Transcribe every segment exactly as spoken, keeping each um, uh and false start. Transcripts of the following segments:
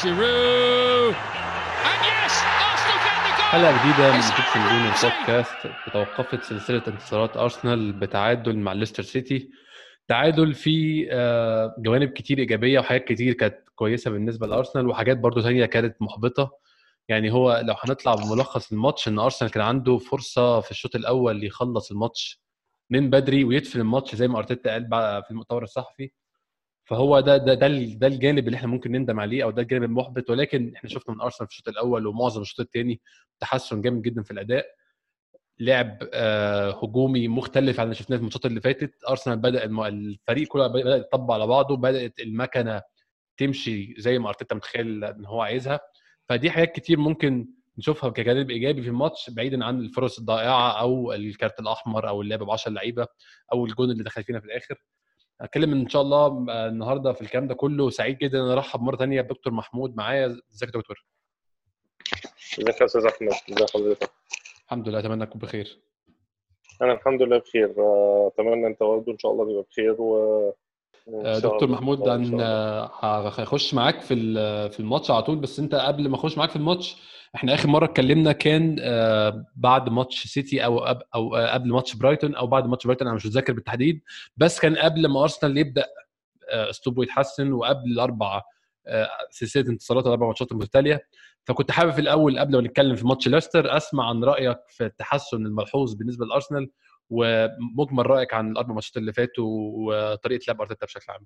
Giroud. And yes, Arsenal get the goal. حلقة جديدة من ايجيبشن جون البودكاست. توقفت سلسلة انتصارات أرسنال بتعادل مع ليستر سيتي. تعادل فيه آه، جوانب كتير إيجابية وحاجات كتير كانت كويسة بالنسبة لأرسنال وحاجات برضو تانية كانت محبطة. يعني هو لو هنطلع بملخص الماتش إن أرسنال كان عنده فرصة في الشوط الأول يخلص الماتش من بدري ويدفن الماتش زي ما أرتيتا قال بقى في المؤتمر الصحفي. فهو ده ده ده ده الجانب اللي احنا ممكن نندم عليه او ده الجانب المحبط، ولكن احنا شفنا من ارسنال في الشوط الاول ومعظم الشوط الثاني تحسن جامد جدا في الاداء. لعب آه هجومي مختلف عن اللي شفناه في الماتشات اللي فاتت. ارسنال بدا الم... الفريق كله بدا يطبق على بعضه، بدات المكنه تمشي زي ما ارتيتا متخيل ان هو عايزها. فدي حاجات كتير ممكن نشوفها كجانب ايجابي في الماتش، بعيدا عن الفرص الضائعه او الكارت الاحمر او اللعب ب عشرة لعيبه او الجون اللي دخل فينا في الاخر. هتكلم ان شاء الله النهارده في الكلام ده كله. سعيد جدا ان ارحب مره ثانيه بدكتور محمود معايا. ازيك يا دكتور؟ ازيك يا استاذ احمد؟ ازي حضرتك؟ الحمد لله، اتمنى تكون بخير. انا الحمد لله بخير. آه، اتمنى انت برضه ان شاء الله تبقى بخير و... وان آه، شاء دكتور الله محمود، ان عن شاء الله. آه، هخش معاك في ال- في الماتش على طول. بس انت قبل ما اخش معاك في الماتش، احنا اخر مره اتكلمنا كان آه، بعد ماتش سيتي او أب- او آه، قبل ماتش برايتون او بعد ماتش برايتون، انا مش متذكر بالتحديد، بس كان قبل ما ارسنال يبدا آه، اسلوبه يتحسن وقبل الاربع آه، سلسله انتصارات الاربع ماتشات المتتاليه. فكنت حابب في الاول قبل ما نتكلم في ماتش ليستر اسمع عن رايك في التحسن الملحوظ بالنسبه لارسنال ومجمل رايك عن الاربع ماتشات اللي فاتوا وطريقه لعب ارتيتا بشكل عام.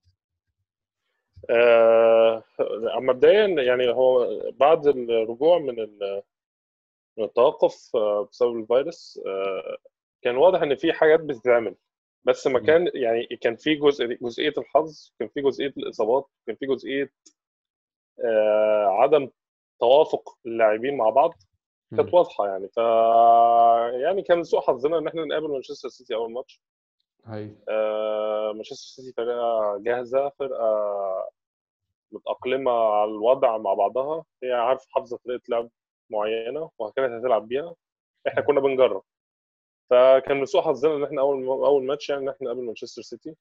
آه، مبدئيا يعني هو بعد الرجوع من ال- من التوقف آه، بسبب الفيروس، آه، كان واضح ان في حاجات بتتعمل، بس ما مم. كان يعني كان في جزء جزئيه الحظ، كان في جزئيه الاصابات، كان في جزئيه آه، عدم توافق اللاعبين مع بعض. كانت مم. واضحه يعني. ف يعني كان من سوء حظنا ان احنا نقابل مانشستر سيتي اول ماتش. هاي. آه، مانشستر سيتي فرقه جاهزه، فرقه متاقلمه على الوضع مع بعضها، هي عارفه حافظه طريقه لعب معينه وكانت هتلعب بيها. احنا كنا بنجرب. فكان من سوء حظنا ان احنا اول اول ماتش يعني ان احنا نقابل مانشستر سيتي.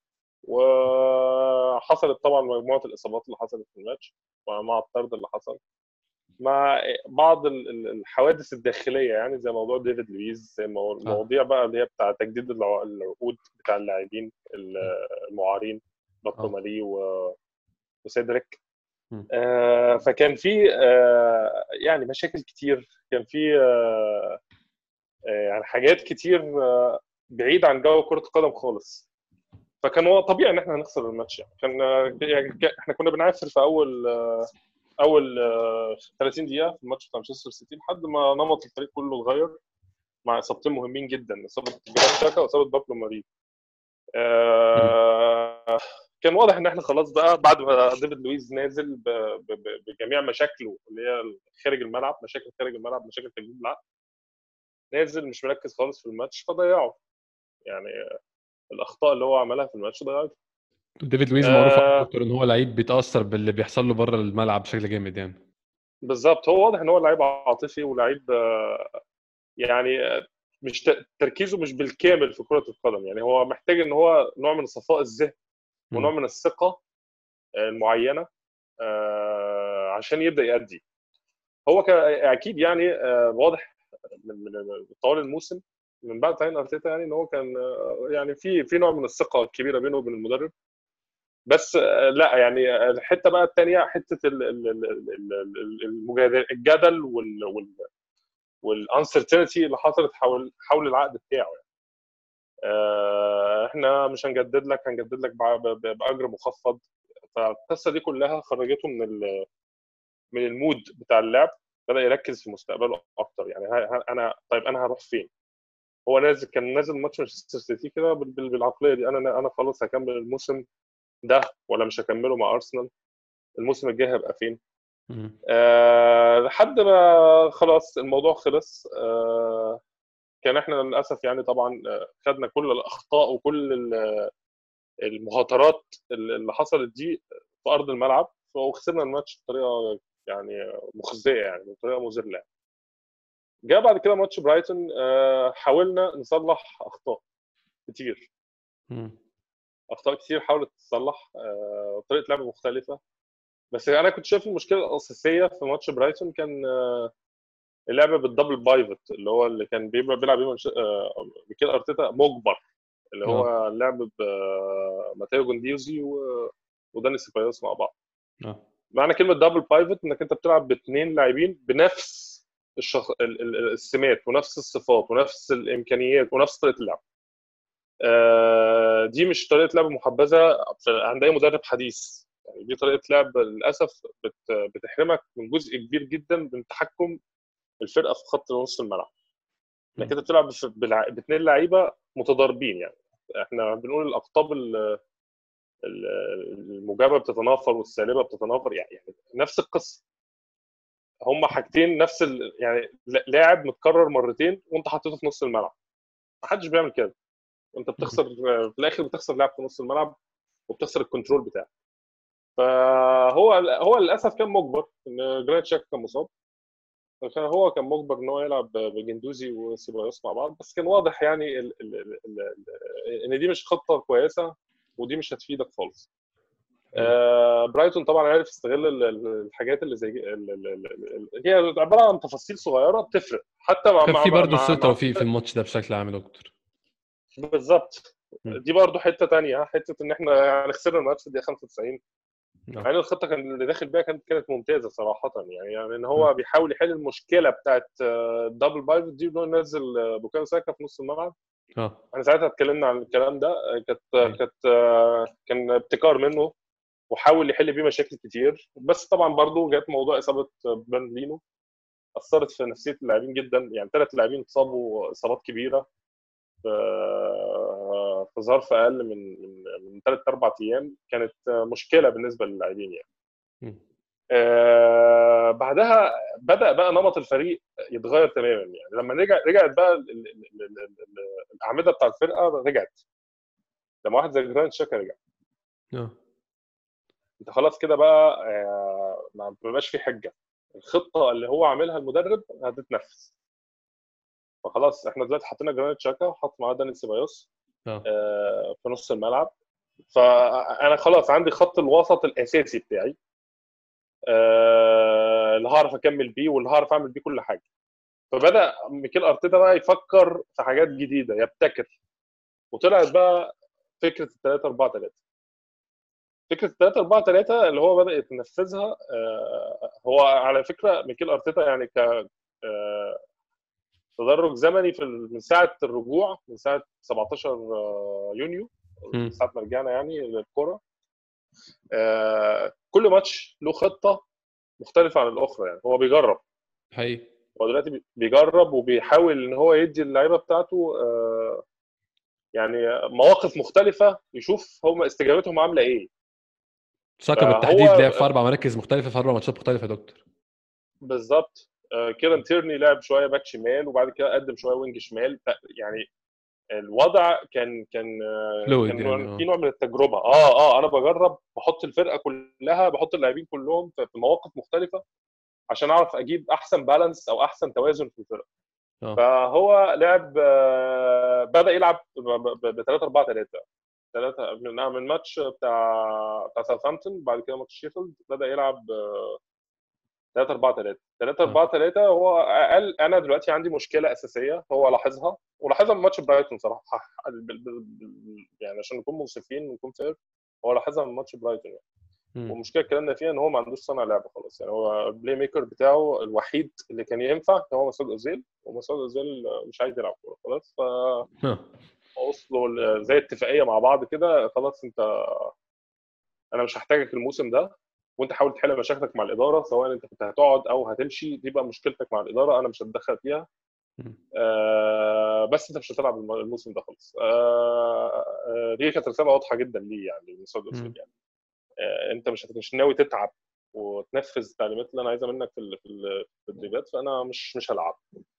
وحصلت طبعا مجموعه الاصابات اللي حصلت في الماتش ومع الطرد اللي حصل مع بعض ال- ال- الحوادث الداخليه، يعني زي موضوع ديفيد لويز، زي مو- صح. المواضيع بقى اللي هي بتاع تجديد الع- العقود بتاع اللاعبين مم. المعارين، اه. بطومالي و- وسيدريك. مم. آه، فكان في آه، يعني مشاكل كتير، كان في آه، آه، يعني حاجات كتير آه، بعيد عن جو كرة القدم خالص. فكان هو طبيعي ان احنا هنخسر الماتش. يعني كان آه، يعني ك- احنا كنا بنعافر في اول آه، اول آه، ثلاثين دقيقة في الماتش بتاع مانشستر سيتي لحد ما نمط الفريق كله اتغير مع اصابتين مهمين جدا، اصابة جراد شاكا واصابة بابلو ماري. مم. آه، كان واضح ان احنا خلاص بقى بعد ما ديفيد لويز نازل ب- ب- ب- بجميع مشاكله اللي هي خارج الملعب، مشاكل خارج الملعب، مشاكل تجديد العقد، نازل مش مركز خالص في الماتش فضيعه. يعني الاخطاء اللي هو عملها في الماتش ضيعته. ديفيد لويز معروف عنه آه، دكتور ان هو لعيب بيتاثر باللي بيحصل له بره الملعب بشكل جامد يعني. بالظبط. هو واضح ان هو لعيب عاطفي ولعيب آه، يعني آه، مش ت- تركيزه مش بالكامل في كرة القدم. يعني هو محتاج ان هو نوع من صفاء الذهن ونوع مم. من الثقة آه، المعينة آه، عشان يبدأ يأدي. هو ك- اكيد يعني آه، واضح من من طوال الموسم من بعد تعيين ارتيتا، يعني ان هو كان آه، يعني في في نوع من الثقه الكبيره بينه وبين المدرب. بس آه، لا يعني آه، الحته بقى الثانيه، حته ال- ال- ال- ال- ال- المجادل الجدل والانسرتينتي اللي حصلت حول حول العقد بتاعه. يعني آه، احنا مش هنجدد لك، هنجدد لك بع- ب- ب- باجر مخفض. فالقصه دي كلها خرجته من ال- من المود بتاع اللعب. بدا يركز في مستقبله اكتر. يعني ها- ها- انا طيب انا هروح فين؟ هو نازل، كان نازل ماتش مانشستر سيتي كده بال- بال- بالعقليه دي، انا انا خلاص هكمل الموسم ده ولا مش هكمله مع ارسنال؟ الموسم الجاي هيبقى فين؟ مم. أه لحد ما خلاص الموضوع خلص. أه كان احنا للاسف يعني طبعا آه، خدنا كل الاخطاء وكل ال- المهاترات اللي حصلت دي في ارض الملعب، وخسرنا الماتش بطريقه يعني مخزيه، يعني بطريقه مذله. جاء بعد كده ماتش برايتون، أه حاولنا نصلح اخطاء كتير. مم. اخطاء كتير حاولت تصلح، آه، طريقه لعب مختلفه. بس انا كنت شايف المشكله الاساسيه في ماتش برايتون كان اللعب بالدبل بايفوت اللي هو اللي كان بيبقى بيلعب بيه ميكيل ارتيتا مجبر، اللي اه هو اللعب بماتيو جونديوزي و- وداني سيبايوس مع بعض. اه معنى كلمه دبل بايفوت انك انت بتلعب باثنين لاعبين بنفس الشخ... ال- ال- السمات ونفس الصفات ونفس الامكانيات ونفس طريقه اللعب. آه، دي مش طريقه لعب محبذه في- عند اي مدرب حديث. يعني دي طريقه لعب للاسف بت... بتحرمك من جزء كبير جدا من تحكم الفرقه في خط نص الملعب. انك انت بتلعب بف- بالع- باثنين لعيبه متضاربين. يعني احنا بنقول الاقطاب ال- ال- الموجبه بتتنافر والسالبه بتتنافر، يعني يعني نفس القصه. هما حاجتين نفس ال... يعني لاعب متكرر مرتين وانت حطيته في نص الملعب. ما حدش بيعمل كده. وانت بتخسر في الاخر، بتخسر لاعب في نص الملعب وبتخسر الكنترول بتاعك. فهو هو للاسف كان مجبر ان جرانيت شاكا كان مصاب، فكان هو كان مجبر ان هو يلعب بجندوزي وسيبايوس مع بعض. بس كان واضح يعني ال ال ال ال ان دي مش خطه كويسه ودي مش هتفيدك خالص. آه برايتون طبعا عارف يستغل ال- ال- الحاجات اللي زي ال- ال- ال- ال- هي عباره عن تفاصيل صغيره بتفرق حتى مع كان مع في برضه مع, سوء مع توفيق في الماتش ده بشكل عام يا دكتور. بالظبط. مم. دي برضو حته تانية، حته ان احنا يعني خسرنا الماتش في الدقيقه خمسة وتسعين. اه مع ان الخطه كان اللي داخل بيها كانت كانت ممتازه صراحه. يعني يعني ان مم. هو بيحاول يحل المشكله بتاعت الدبل بايفوت دي، انه ينزل آه، بوكايو ساكا في نص الملعب. اه احنا ساعتها اتكلمنا عن الكلام ده. آه، كانت ايوه كانت آه، كان ابتكار منه وحاول يحل بيه مشاكل كتير. بس طبعا برضو جت موضوع اصابه بان لينو، اثرت في نفسيه اللاعبين جدا. يعني ثلاث لاعبين اتصابوا اصابات كبيره في في ظرف اقل من من من ثلاث اربع ايام. كانت مشكله بالنسبه للاعبين يعني. مم. آه، بعدها بدا بقى نمط الفريق يتغير تماما. يعني لما رجع رجعت بقى ال- ال- ال- ال- ال- الاعمده بتاع الفرقه رجعت. لما واحد زي جرانيت شاكا رجع، اه انت خلاص كده بقى آه، ما بقاش في حجه. الخطه اللي هو عاملها المدرب هتتنفذ. فخلاص احنا دلوقتي حطينا جرانيت شاكا وحط معاه داني سيبايوس اه آه، في نص الملعب. فانا خلاص عندي خط الوسط الاساسي بتاعي آه، اللي هعرف اكمل بيه واللي هعرف اعمل بيه كل حاجه. فبدا ميكيل ارتيتا بقى يفكر في حاجات جديده، يبتكر. وطلعت بقى فكره ال ثلاثة أربعة ثلاثة. فكره ال ثلاثة أربعة ثلاثة اللي هو بدا يتنفذها. آه، هو على فكره ميكيل ارتيتا يعني ك آه، تدرج زمني في ال- من ساعه الرجوع، من ساعه سبعتاشر آه، يونيو، من مم. ساعه ما رجعنا يعني للكوره. آه، كل ماتش له خطه مختلفه عن الاخرى. يعني هو بيجرب. حقيقي هو دلوقتي بي- بيجرب وبيحاول ان هو يدي اللعيبه بتاعته آه، يعني مواقف مختلفه، يشوف هم استجابتهم عامله ايه. ساكا بالتحديد فهو لعب في اربع مراكز مختلفه في اربع ماتشات مختلفه يا دكتور. بالظبط. آه، كيران تيرني لعب شويه باك شمال وبعد كده قدم شويه وينج شمال. ف- يعني الوضع كان كان آه، فلويد كان يعني نوع- في اه نوع من التجربه. اه اه انا بجرب، بحط الفرقه كلها، بحط اللاعبين كلهم في في مواقف مختلفه عشان اعرف اجيب احسن بالانس او احسن توازن في الفرقه. اه فهو لعب آه، بدا يلعب ب ثلاثة أربعة ثلاثة. ثلاثه من من ماتش بتاع بتاع ساوثهامبتون، بعد كده ماتش شيفيلد بدا يلعب ثلاثة أربعة ثلاثة. ثلاثة اه أربعة ثلاثة هو قال انا دلوقتي عندي مشكله اساسيه هو لاحظها، ولاحظها من ماتش برايتون صراحه. بال- بال- بال- يعني عشان نكون منصفين ونكون فير، هو لاحظها من ماتش برايتون يعني. مم. والمشكله الكلام فيها ان هو ما عندوش صانع لعب خلاص. يعني هو البلاي ميكر بتاعه الوحيد اللي كان ينفع هو مسعود اوزيل، ومسعود اوزيل مش عايز يلعب كوره خلاص. اه فوصلوا زي اتفاقيه مع بعض كده. خلاص انت، انا مش هحتاجك الموسم ده، وانت حاول تحل مشاكلك مع الاداره، سواء انت كنت هتقعد او هتمشي دي بقى مشكلتك مع الاداره، انا مش هتدخل فيها. مم. آه بس انت مش هتلعب الم- الموسم ده خالص. آه آه دي كانت رساله واضحه جدا ليه يعني مسعود اوزيل. مم. يعني آه انت مش مش ناوي تتعب وتنفذ التعليمات اللي انا عايزها منك في ال- في ال- في التدريبات، فانا مش مش هلعب.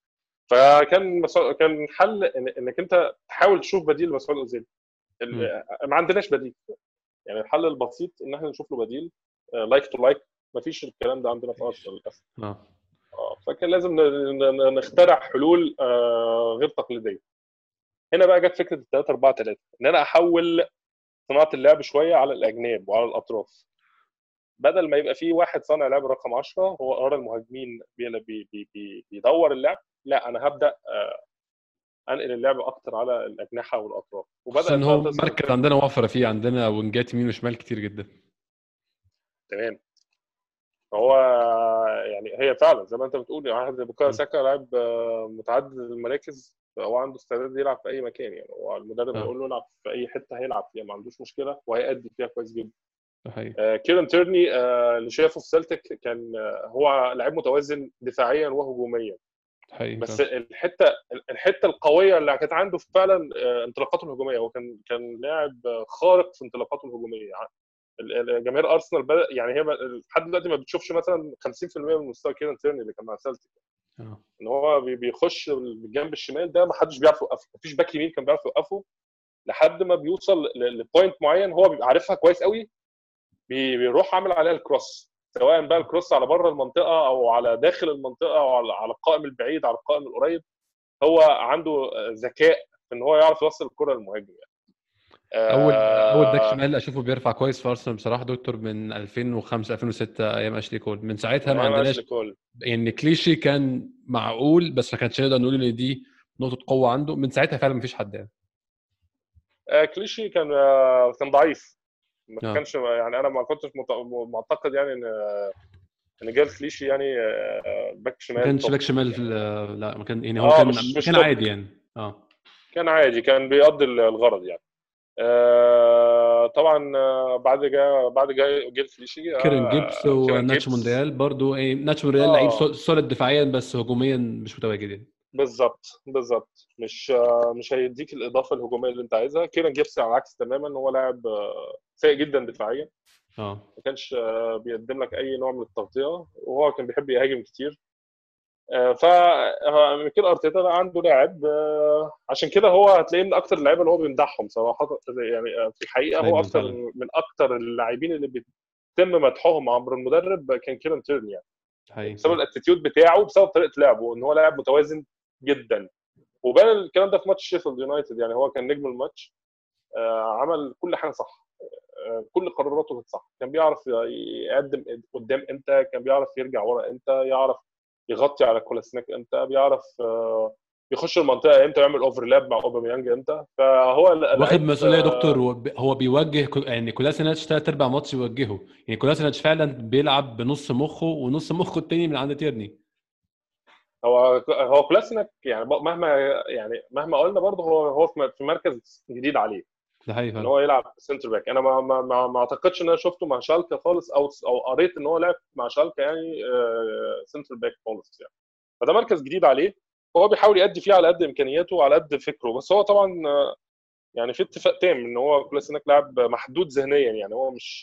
فكان مسعود- كان حل إن- انك انت تحاول تشوف بديل لمسعود اوزيل. مم. ال- ما عندناش بديل. يعني الحل البسيط ان احنا نشوف له بديل لايك تو لايك. ما فيش الكلام ده عندنا في ارسنال للاسف. اه آه، فكان لازم ن- ن- نخترع حلول آه، غير تقليديه. هنا بقى جت فكره ال ثلاثة أربعة ثلاثة، ان انا احول صناعه اللعب شويه على الاجناب وعلى الاطراف. بدل ما يبقى فيه واحد صانع لعب رقم عشرة هو ورا المهاجمين بي بي بي بيدور اللعب، لا انا هبدا انقل اللعب اكتر على الاجنحه والاطراف. خصوصا وبدات ان بقى هو تظهر مركز الفكره عندنا دي. وفره فيه، عندنا وينجات يمين وشمال كتير جدا. تمام. هو يعني هي فعلا زي ما انت بتقول، يعني واحد زي بوكايو م. ساكا لاعب متعدد المراكز، هو عنده استعداد يلعب في اي مكان، يعني هو المدرب اه هيقول له العب في اي حته هيلعب فيها، ما عندوش مشكله وهيأدي فيها كويس جدا. ده حقيقي. آه، كيرن تيرني آه، اللي شايفه في سلتك كان آه، هو لاعب متوازن دفاعيا وهجوميا، ده حقيقي بس فعلا. الحته الحته القويه اللي كانت عنده فعلا آه، انطلاقاته الهجوميه. هو كان كان لاعب آه، خارق في انطلاقاته الهجوميه. ال- ال- جماهير ارسنال بدأ يعني هي ب- لحد دلوقتي ما بتشوفش مثلا خمسين في المية من مستوى كيرن تيرني اللي كان مع سلتك، اه ان هو بي- بيخش بالجنب الشمال ده ما حدش بيعرف يوقفه، مفيش باك يمين كان بيعرف يوقفه لحد ما بيوصل ل- لبوينت معين هو بيبقى عارفها كويس قوي، بي- بيروح عامل عليها الكروس، سواء بقى الكروس على بره المنطقه او على داخل المنطقه او على على القائم البعيد على القائم القريب. هو عنده ذكاء في ان هو يعرف يوصل الكره للمهاجم يعني. اول اول باك آه شمال اشوفه بيرفع كويس في ارسنال بصراحه دكتور من ألفين وخمسة ألفين وستة ايام اشلي كول. من ساعتها من ما ايام اشلي عندناش كول. يعني كليشي كان معقول، بس ما كانش نقدر نقول ان دي نقطه قوه عنده. من ساعتها فعلا ما فيش حد يعني. آه كليشي كان آه كان ضعيف، ما اه كانش يعني، انا ما كنتش مت- معتقد يعني ان ان جال كليشي يعني آه باك ما شمال كانش توب باك شمال في يعني. ال- لا ما كان يعني هو اه كان مش مش كان توب، عادي يعني. اه كان عادي، كان بيقضي الغرض يعني. آه طبعا آه بعد جا بعد جا جيل كليشي كيرن جيبس آه كيران وناتشو جيبس. مونريال برضو. ايه ناتشو مونريال لعيب اه سول- سوليد دفاعيا بس هجوميا مش متواجد يعني. بالظبط بالظبط، مش آه مش هيديك الاضافه الهجوميه اللي انت عايزها. كيران جيبس على العكس تماما، هو لاعب آه سيء جدا دفاعيا، اه ما كانش آه بيقدم لك اي نوع من التغطيه، وهو كان بيحب يهاجم كتير. آه فميكيل ارتيتا بقى عنده لاعب آه عشان كده هو هتلاقيه من اكتر اللعيبه اللي هو بيمدحهم صراحه يعني. آه، في الحقيقه هو دايما اكتر فعلا. من اكتر اللاعبين اللي بيتم مدحهم عبر المدرب كان كيران تيرني يعني، حقيقي بسبب فعلا. الاتيتيود بتاعه، بسبب طريقه لعبه، ان هو لاعب متوازن جدا. وبان الكلام ده في ماتش شيفيلد يونايتد، يعني هو كان نجم الماتش. آه عمل كل حاجه صح، آه كل قراراته كانت صح، كان بيعرف يقدم قدام امتى، كان بيعرف يرجع ورا امتى، يعرف يغطي على كولاسينيك امتى، بيعرف آه يخش المنطقه امتى، يعمل اوفرلاب مع اوباميانج امتى. فهو واخد لعيب مسؤوليه يا دكتور. هو بي- هو بيوجه كل- يعني كولاسينيتش ثلاث ارباع ماتش بيوجهه. يعني كولاسينيتش فعلا بيلعب بنص مخه، ونص مخه التاني من عند تيرني. هو هو كولاسينيك يعني مهما يعني مهما قلنا برضه هو هو في مركز جديد عليه، ده حقيقي ان فعلا. هو يلعب سنتر باك. انا ما ما ما, ما اعتقدش ان انا شفته مع شالكه خالص، او او قريت ان هو لعب مع شالكه يعني آه، سنتر باك خالص يعني. فده مركز جديد عليه، هو بيحاول يأدي فيه على قد امكانياته وعلى قد فكره. بس هو طبعا آه، يعني في اتفاق تام ان هو كولاسينيك لاعب محدود ذهنيا، يعني هو مش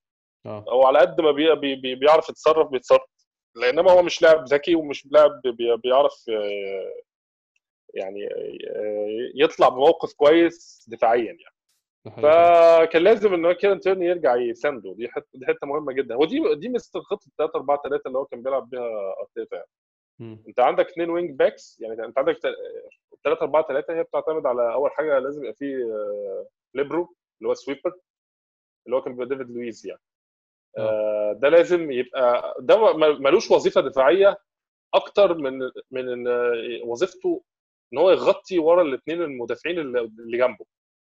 اه هو على قد ما بي بي بي بيعرف يتصرف بيتصرف، لانما هو مش لاعب ذكي، ومش لاعب بي بيعرف آه، يعني آه، يطلع بموقف كويس دفاعيا يعني. ده حقيقي فعلا. فكان لازم ان كيرن تيرني يرجع يسانده، دي حته دي حته مهمه جدا. ودي دي ميزه الخطه ثلاثة أربعة ثلاثة اللي هو كان بيلعب بيها ارتيتا يعني. مم. انت عندك اثنين وينج باكس، يعني انت عندك ثلاثة أربعة ثلاثة، هي بتعتمد على اول حاجه لازم يبقى فيه آه، ليبرو اللي هو سويبر، اللي هو كان بيبقى ديفيد لويز يعني. اه آه، ده لازم يبقى، ده ملوش وظيفه دفاعيه اكتر من من ان وظيفته ان هو يغطي ورا الاثنين المدافعين اللي اللي جنبه.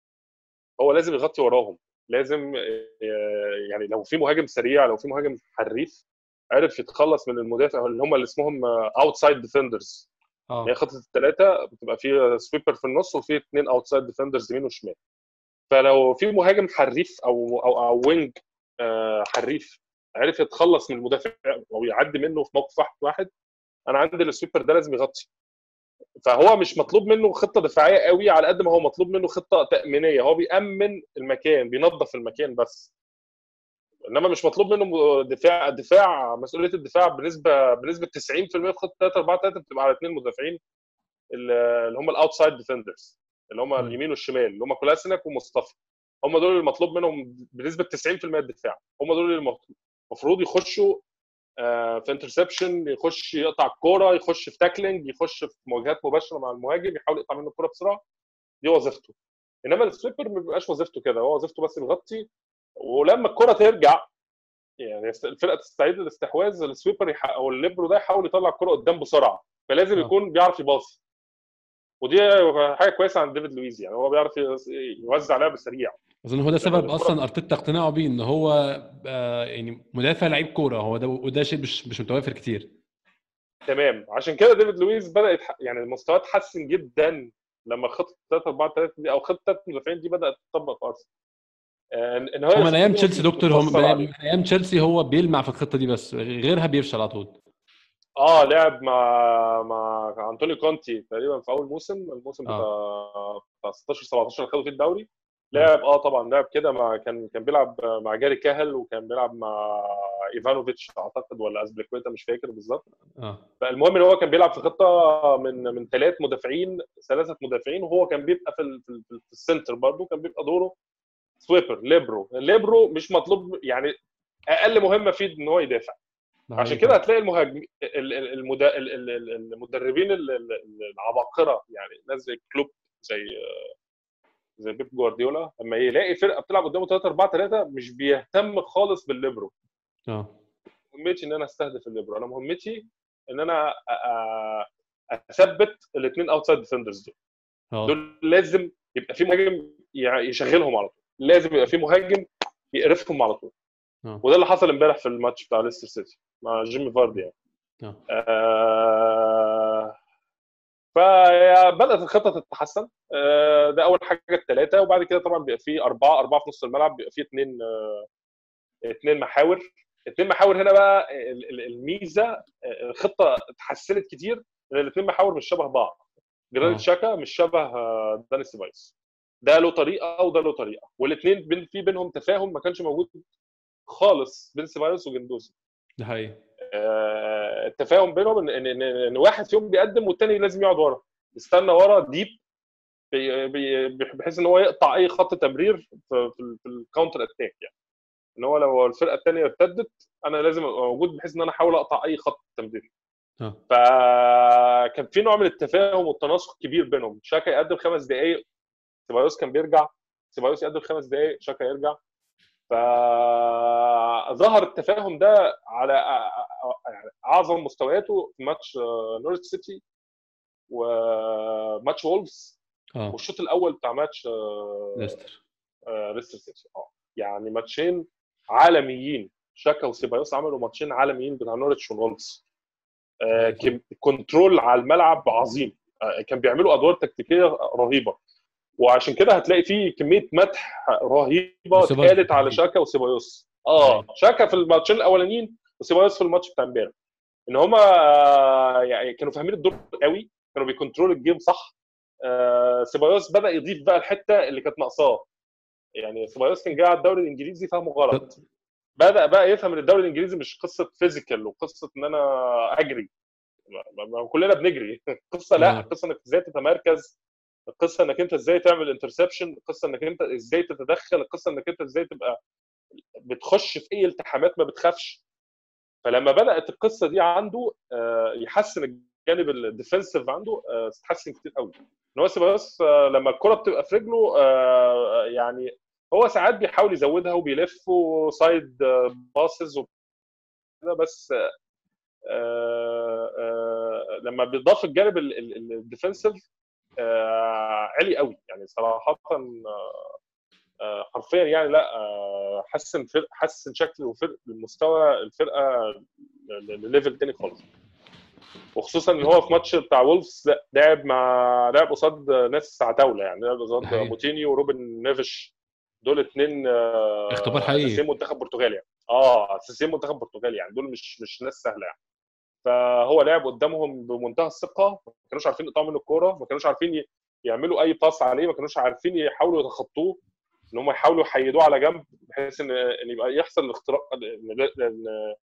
هو لازم يغطي وراهم، لازم آه، يعني لو في مهاجم سريع، لو في مهاجم حريف عرف يتخلص من المدافع اللي هم اللي اسمهم اوتسايد ديفندرز. هي اه خطه الثلاثه بتبقى في سويبر في النص وفي اثنين اوتسايد ديفندرز يمين وشمال. فلو في مهاجم حريف او او او وينج آه، حريف عرف يتخلص من المدافع او يعدي منه في موقف واحد واحد، انا عندي السويبر ده لازم يغطي. فهو مش مطلوب منه خطه دفاعيه قوي على قد ما هو مطلوب منه خطه تامينيه، هو بيامن المكان، بينظف المكان بس. انما مش مطلوب منه دفاع دفاع مسؤوليه الدفاع بنسبه بنسبه تسعين في المية في خطه ثلاثة أربعة ثلاثة بتبقى على اثنين مدافعين اللي هم الاوتسايد ديفندرز، اللي هم مم. اليمين والشمال، اللي هم كولاسينيك ومصطفى. هم دول المطلوب منهم بنسبه تسعين في المية الدفاع، هم دول اللي المفروض يخشوا آه، في انترسبشن، يخش يقطع الكوره، يخش في تاكلينج، يخش في مواجهات مباشره مع المهاجم، يحاول يقطع منه الكوره بسرعه. دي وظيفته. انما السويبر ما بيبقاش وظيفته كده، هو وظيفته بس يغطي، ولما الكره ترجع يعني الفرقه تستعيد الاستحواذ، السويبر او الليبرو ده يحاول يطلع الكره قدام بسرعه، فلازم آه. يكون بيعرف يباصي، ودي حاجه كويسه عند ديفيد لويز، يعني هو بيعرف يوزع لعب سريع. اظن هو ده سبب اصلا ارتيتا اقتناعه بيه ان هو آه يعني مدافع لعيب كوره، هو ده وده شيء مش مش متوافر كتير. تمام، عشان كده ديفيد لويز بدا يتح... يعني المستوى اتحسن جدا لما خطه ثلاثة أربعة ثلاثة دي او خطه ثلاثة مدافعين دي بدات تطبق في ارسنال. ان هو هو من ايام تشيلسي دكتور، هو من بتفصل عليه. من ايام تشيلسي هو بيلمع في الخطه دي، بس غيرها بيفشل على طول. اه لعب مع مع انطونيو كونتي تقريبا في اول موسم، الموسم بتاع اه بتاع ستاشر سبعتاشر اللي خدوا فيه الدوري. اه لعب اه طبعا لعب كده مع كان كان بيلعب مع جاري كاهل، وكان بيلعب مع ايفانوفيتش اعتقد ولا ازبليكويتا مش فاكر بالظبط. اه فالمهم ان هو كان بيلعب في خطه من من ثلاث مدافعين ثلاثه مدافعين، وهو كان بيبقى في ال- في, ال- في السنتر برضه، كان بيبقى دوره سويبر ليبرو. الليبرو مش مطلوب يعني، اقل مهمه فيه ان هو يدافع. ده عشان حقيقي. كده هتلاقي المهاجم ال- ال- المد... ال- ال- ال- المدربين ال- ال- العباقره، يعني ناس زي كلوب، زي زي بيب جوارديولا، لما يلاقي فرقه بتلعب قدامه ثلاثة أربعة ثلاثة مش بيهتم خالص بالليبرو. اه مهمتي ان انا استهدف الليبرو، انا مهمتي ان انا أ- أ- اثبت الاثنين اوتسايد ديفندرز دول. اه دول لازم يبقى في مهاجم يع- يشغلهم على طول، لازم يبقى في مهاجم يقرفهم على طول. اه وده اللي حصل امبارح في الماتش بتاع ليستر سيتي مع جيمي فاردي يعني. اه آه فبدات الخطه تتحسن. آه ده اول حاجه الثلاثه، وبعد كده طبعا بيبقى في اربعه اربعه في نص الملعب، بيبقى في اثنين اثنين محاور. اثنين محاور هنا بقى ال- ال- الميزه، آه، الخطه اتحسنت كتير ان الاثنين محاور مش شبه بعض. جرانيت اه شاكا مش شبه آه، داني سيبايوس، ده له طريقه وده له طريقه، والاثنين بين في بينهم تفاهم ما كانش موجود خالص بين سيبايوس وجندوزي. ده حقيقي. آه، التفاهم بينهم ان ان ان إن واحد فيهم بيقدم والتاني لازم يقعد ورا، يستنى ورا ديب، بي- بي- بحيث ان هو يقطع اي خط تمرير في في, في الكاونتر اتاك، يعني ان هو لو الفرقه الثانيه ارتدت انا لازم ابقى موجود بحيث ان انا احاول اقطع اي خط تمرير. اه فكان في نوع من التفاهم والتناسق كبير بينهم. شاكا يقدم خمس دقائق، سيبايوس كان بيرجع، سيبايوس يقدم خمس دقائق، شاكا يرجع. فظهر التفاهم ده على يعني اعظم مستوياته في ماتش نورث سيتي وماتش وولفز اه والشوط الاول بتاع ماتش ليستر. ليستر سيتي. اه يعني ماتشين عالميين، شاكا وسيبايوس عملوا ماتشين عالميين بتاع نورتش وولفز. آه، كم- كنترول على الملعب عظيم. آه، كان بيعملوا ادوار تكتيكيه رهيبه، وعشان كده هتلاقي فيه كميه مدح رهيبه وسيبايوس اتقالت على بالتحديد. شاكا وسيبايوس. اه شاكا في الماتشين الاولانيين وسيبايوس في الماتش بتاع امبارح، ان هما آه، يعني كانوا فاهمين الدور قوي، كانوا بيكنترول الجيم صح. آه، سيبايوس بدا يضيف بقى الحته اللي كانت ناقصاه، يعني سيبايوس كان جاي على الدوري الانجليزي فاهمه غلط، بدا بقى يفهم ان الدوري الانجليزي مش قصه فيزيكال وقصه ان انا اجري، ما- ما كلنا بنجري. القصه لا، اه القصه انك ازاي تتمركز، القصه انك انت ازاي تعمل انترسبشن، القصه انك انت ازاي تتدخل، القصه انك انت ازاي تبقى بتخش في اي التحامات ما بتخافش. فلما بدات القصه دي عنده آه، يحسن الجانب الديفنسيف عنده، آه، اتحسن كتير قوي. ان هو بس لما الكره بتبقى في رجله آه، يعني هو ساعات بيحاول يزودها وبيلف وسايد باسز وكده، بس آه، آه، لما بيضاف الجانب الديفنسيف عالي قوي يعني صراحه. آه، حرفيا يعني لا، آه، حسن فرق حسن شكل وفرق المستوى الفرقه لليفل تاني خالص. وخصوصا ان هو في ماتش بتاع وولفز لا لعب مع لعب قصاد ناس عتاوله، يعني لعب ده قصاد حقيقي. موتينيو وروبن نيفش، دول اثنين اختبار حقيقي. اساسيين منتخب برتغال يعني. اه اساسيين منتخب برتغال يعني، دول مش مش ناس سهله يعني. فهو لعب قدامهم بمنتهى الثقه، ما كانوش عارفين يقطعوا منه الكوره، ما كانوش عارفين ي- يعملوا اي باس عليه، ما كانوش عارفين يحاولوا يتخطوه، ان هم يحاولوا يحيدوه على جنب بحيث ان ان يبقى يحصل الاختراق. لان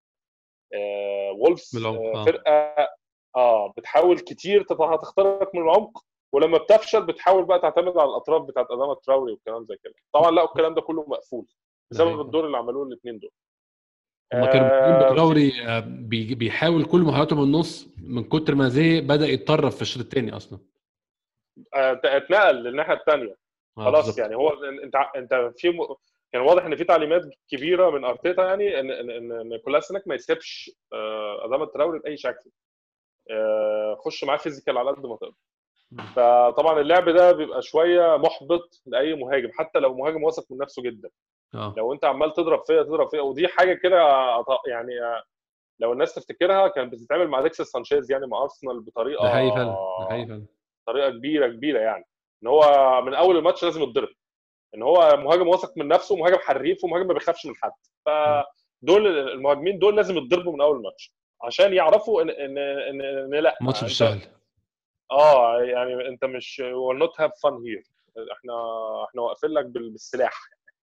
آه وولفز بالعمق. آه اه فرقه اه بتحاول كتير تت- تخترق من العمق، ولما بتفشل بتحاول بقى تعتمد على الاطراف بتاعت ادامه تراوري والكلام زي كده. طبعا لا الكلام ده كله مقفول ده بسبب حقيقي. الدور اللي عملوه الاثنين دول. هما كانوا بادئين آه في بتراوري آه، بي- بيحاول كل محاولاته من النص، من كتر ما زي بدا يتطرف في الشوط الثاني اصلا. آه اتنقل للناحيه الثانيه اه خلاص، بالظبط. يعني هو انت انت في م... كان واضح ان في تعليمات كبيره من ارتيتا يعني ان ان ان كولاسينيك ما يسيبش ادام تراوري باي شكل، خش معاه فيزيكال على قد ما تقدر. فطبعا اللعب ده بيبقى شويه محبط لاي مهاجم، حتى لو مهاجم واثق من نفسه جدا. اه لو انت عمال تضرب فيا تضرب فيا ودي حاجه كده يعني لو الناس تفتكرها كانت بتتعمل مع اليكس سانشيز يعني مع ارسنال بطريقه ده حقيقي فعلا، ده حقيقي فعلا. طريقه كبيره كبيره يعني ان هو من اول الماتش لازم يتضرب، ان هو مهاجم واثق من نفسه ومهاجم حريف ومهاجم ما بيخافش من حد. فدول المهاجمين دول لازم يتضربوا من اول الماتش عشان يعرفوا ان ان ان, إن لا ماتش مش انت سهل. اه يعني انت مش will not have fun here، احنا احنا واقفين لك بالسلاح.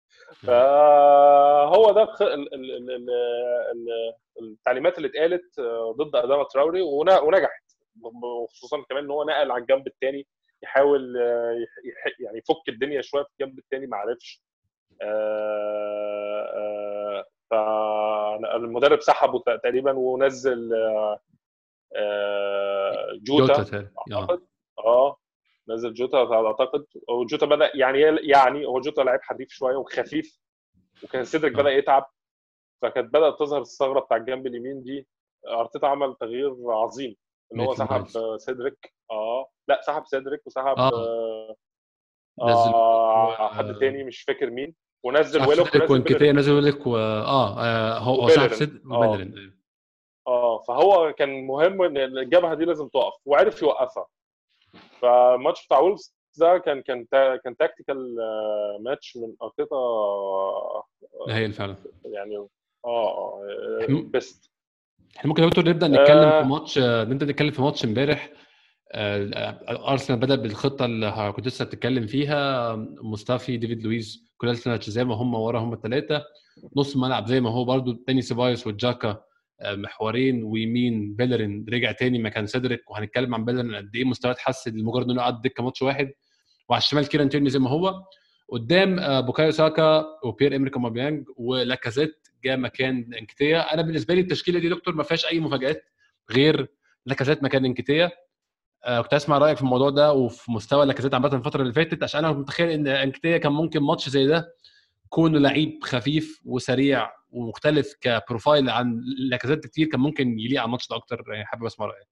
فهو ده ال- ال- ال- ال- ال- التعليمات اللي اتقالت ضد اداما تراوري ونجحت، وخصوصا كمان ان هو نقل على الجنب الثاني يحاول يح- يعني يفك الدنيا شويه في الجنب الثاني ما عرفش. فالمدرب سحبه تقريبا ونزل آه، جوتا جوتا تاني. اه اعتقد. اه نزل جوتا اعتقد، وجوتا بدا يعني يعني هو جوتا لعيب حريف شويه وخفيف، وكان سيدريك بدا اه يتعب، فكانت بدات تظهر الثغره بتاع الجنب اليمين دي. ارتيتا عمل تغيير عظيم ان هو ميتلاند سحب نايلز. سيدريك. اه لا سحب سيدريك وسحب اه آه نزل و... آه حد تاني مش فاكر مين، ونزل سحب ويلوك سيدريك ونزل وانكيتيا، بيلرين نزل ويلك و اه, آه هو هو سحب وبيلرين سيد اه وبيلرين. اه فهو كان مهم ان الجبهه دي لازم تقف وعرف يوقفها. فالماتش بتاع وولفز ده كان كان تا- كان تاكتيكال ماتش من ارتيتا ده هي فعلا. يعني اه اه احنا بيست. إحنا ممكن يا دكتور نبدا نتكلم في آه ماتش آه، نبدا نتكلم في ماتش امبارح. آه، ارسنال بدا بالخطه اللي كنت لسه بتتكلم فيها. مصطفي، ديفيد لويز، كولاسينيتش زي ما هم ورا، هم الثلاثه. نص الملعب زي ما هو برضو، تاني سيبايوس وجاكا آه، محورين، ويمين بيلرين رجع تاني مكان سيدريك. وهنتكلم عن بيلرين قد ايه مستواه اتحسن لمجرد انه قعد دكه ماتش واحد. وعلى الشمال كيران تيرني زي ما هو. قدام آه، بوكايو ساكا وبيير امريك اوباميانج ولاكازيت جاء مكان انكتيا. انا بالنسبه لي التشكيله دي دكتور ما فيهاش اي مفاجات غير لاكازيت مكان انكتيا. آه، كنت اسمع رايك في الموضوع ده وفي مستوى لاكازيت عامه الفتره اللي فاتت، عشان انا متخيل ان انكتيا كان ممكن ماتش زي ده كونه لعيب خفيف وسريع ومختلف كبروفايل عن لاكازيت كتير، كان ممكن يليق على الماتش ده اكتر. يعني حابب اسمع رايك.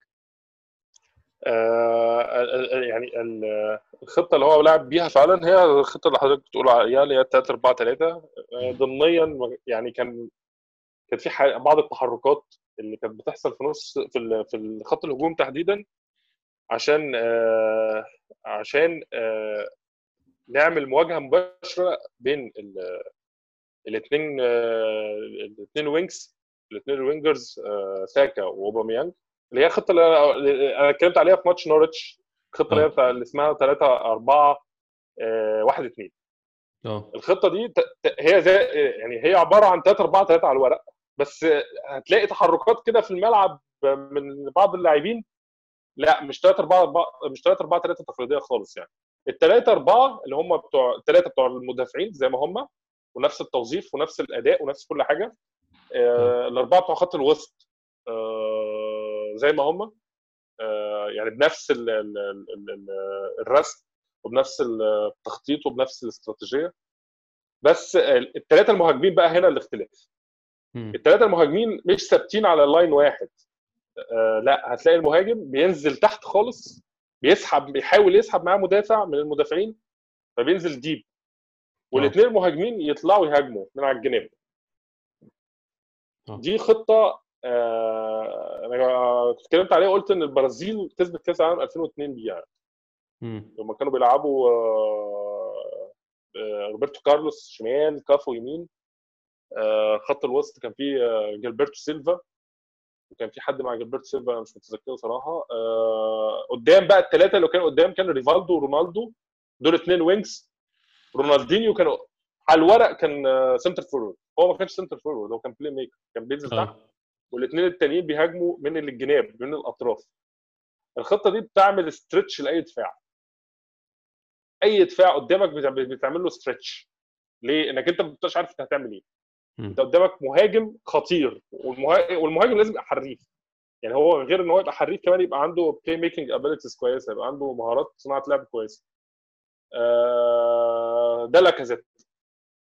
آه يعني ال- الخطه اللي هو لعب بيها فعلا هي الخطه اللي حضرتك بتقول عليها اللي هي ثلاثة أربعة ثلاثة. ضمنيا يعني كان كان في ح- بعض التحركات اللي كانت بتحصل في نص في ال- في خط الهجوم تحديدا عشان آه عشان آه نعمل مواجهه مباشره بين الاثنين الاثنين وينجز الاثنين الوينجرز آه ساكا واوباميانج، اللي هي الخطه اللي اللي انا اتكلمت عليها في ماتش نورتش، الخطه اللي هي اه بتاع- اللي اسمها ثلاثة أربعة واحد اثنين. اه الخطه دي ت- ت- هي زي يعني هي عباره عن ثلاثة أربعة ثلاثة على الورق، بس هتلاقي تحركات كده في الملعب من بعض اللاعبين لا مش ثلاثة أربعة مش ثلاثة أربعة ثلاثة تقليديه خالص. يعني الثلاثه أربعة اللي هم بتوع الثلاثه بتوع المدافعين زي ما هم، ونفس التوظيف ونفس الاداء ونفس كل حاجه. اه آه الاربعه بتوع خط الوسط آه زي ما هم، آه يعني بنفس ال ال ال ال الرسم وبنفس التخطيط وبنفس الاستراتيجيه. بس الثلاثه المهاجمين بقى هنا الاختلاف. مم. الثلاثه المهاجمين مش ثابتين على لاين واحد. آه لا هتلاقي المهاجم بينزل تحت خالص، بيسحب بيحاول يسحب معاه مدافع من المدافعين فبينزل ديب، اه والاثنين المهاجمين يطلعوا يهاجموا من على الجناب. اه دي خطه آه انا اتكلمت عليها وقلت ان البرازيل كسبت كاس العالم ألفين واثنين بيها مم. لما كانوا بيلعبوا آه آه روبرتو كارلوس شمال، كافو يمين، آه خط الوسط كان فيه آه جilberto سيلفا، وكان في حد مع جilberto سيلفا انا مش متذكره صراحه. آه قدام بقى الثلاثه اللي كانوا قدام كانوا ريفالدو ورونالدو، دول اثنين وينجز. رونالدينيو كانوا على الورق كان سنتر فورورد، هو ما كانش سنتر فورورد، هو كان بلاي ميكر، كان بينزل تحت، اه والاثنين التانيين بيهاجموا من الجناب من الاطراف. الخطه دي بتعمل ستريتش لاي دفاع، اي دفاع قدامك بتعمل له ستريتش. ليه؟ انك انت ما بتبقاش عارف انت هتعمل ايه. مم. انت قدامك مهاجم خطير، والمهاجم, والمهاجم لازم يبقى حريف. يعني هو غير ان هو يبقى حريف كمان يبقى عنده بلاي ميكنج ابيليتيز كويسه، يبقى عنده مهارات صناعه لعب كويسه. آه ده لاكازيت.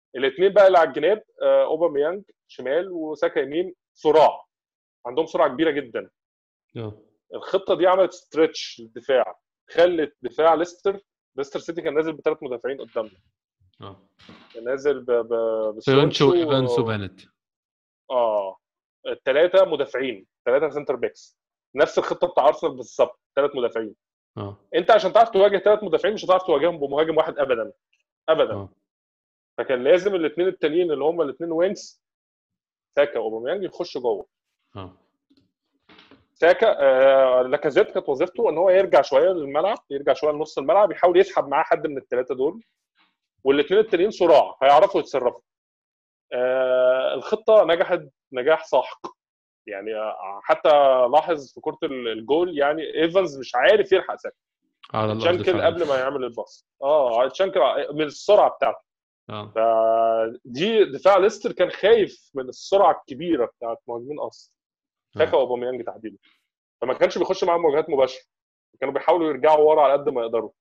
الاثنين بقى اللي على الجناب آه، اوباميانج شمال وساكا يمين، صراع، عندهم سرعه كبيره جدا. اه الخطه دي عملت ستريتش للدفاع، خلت دفاع ليستر ليستر سيتي كان نازل بثلاث مدافعين قدامنا، اه كان نازل ب... ب... سونشو بسونشو ايفانس و... وبانت. اه الثلاثه مدافعين، ثلاثه سنتر باكس، نفس الخطه بتاع ارسنال بالظبط، ثلاث مدافعين. اه انت عشان تعرف تواجه ثلاث مدافعين مش هتعرف تواجههم بمهاجم واحد ابدا ابدا. اه فكان لازم الاثنين التانيين اللي هم الاثنين وينجز ساكا واوباميانج يخشوا جوه. اه ساكا آه لاكازيت كانت وظيفته ان هو يرجع شويه للملعب، يرجع شويه لنص الملعب، يحاول يسحب معاه حد من الثلاثه دول، والاثنين التانيين صراع هيعرفوا يتصرفوا. آه الخطه نجحت نجاح ساحق يعني. آه، حتى لاحظ في كره الجول يعني ايفنز مش عارف يلحق ساكا، على الارض اتشنكل فعلا. قبل ما يعمل الباص، اه اتشنكل من السرعه بتاعته. اه فدي دفاع ليستر كان خايف من السرعه الكبيره بتاعت مهاجمين اصلا ساكا اه واوباميانج تحديدا، فما كانش بيخش معاهم مواجهات مباشره، كانوا بيحاولوا يرجعوا ورا على قد ما يقدروا.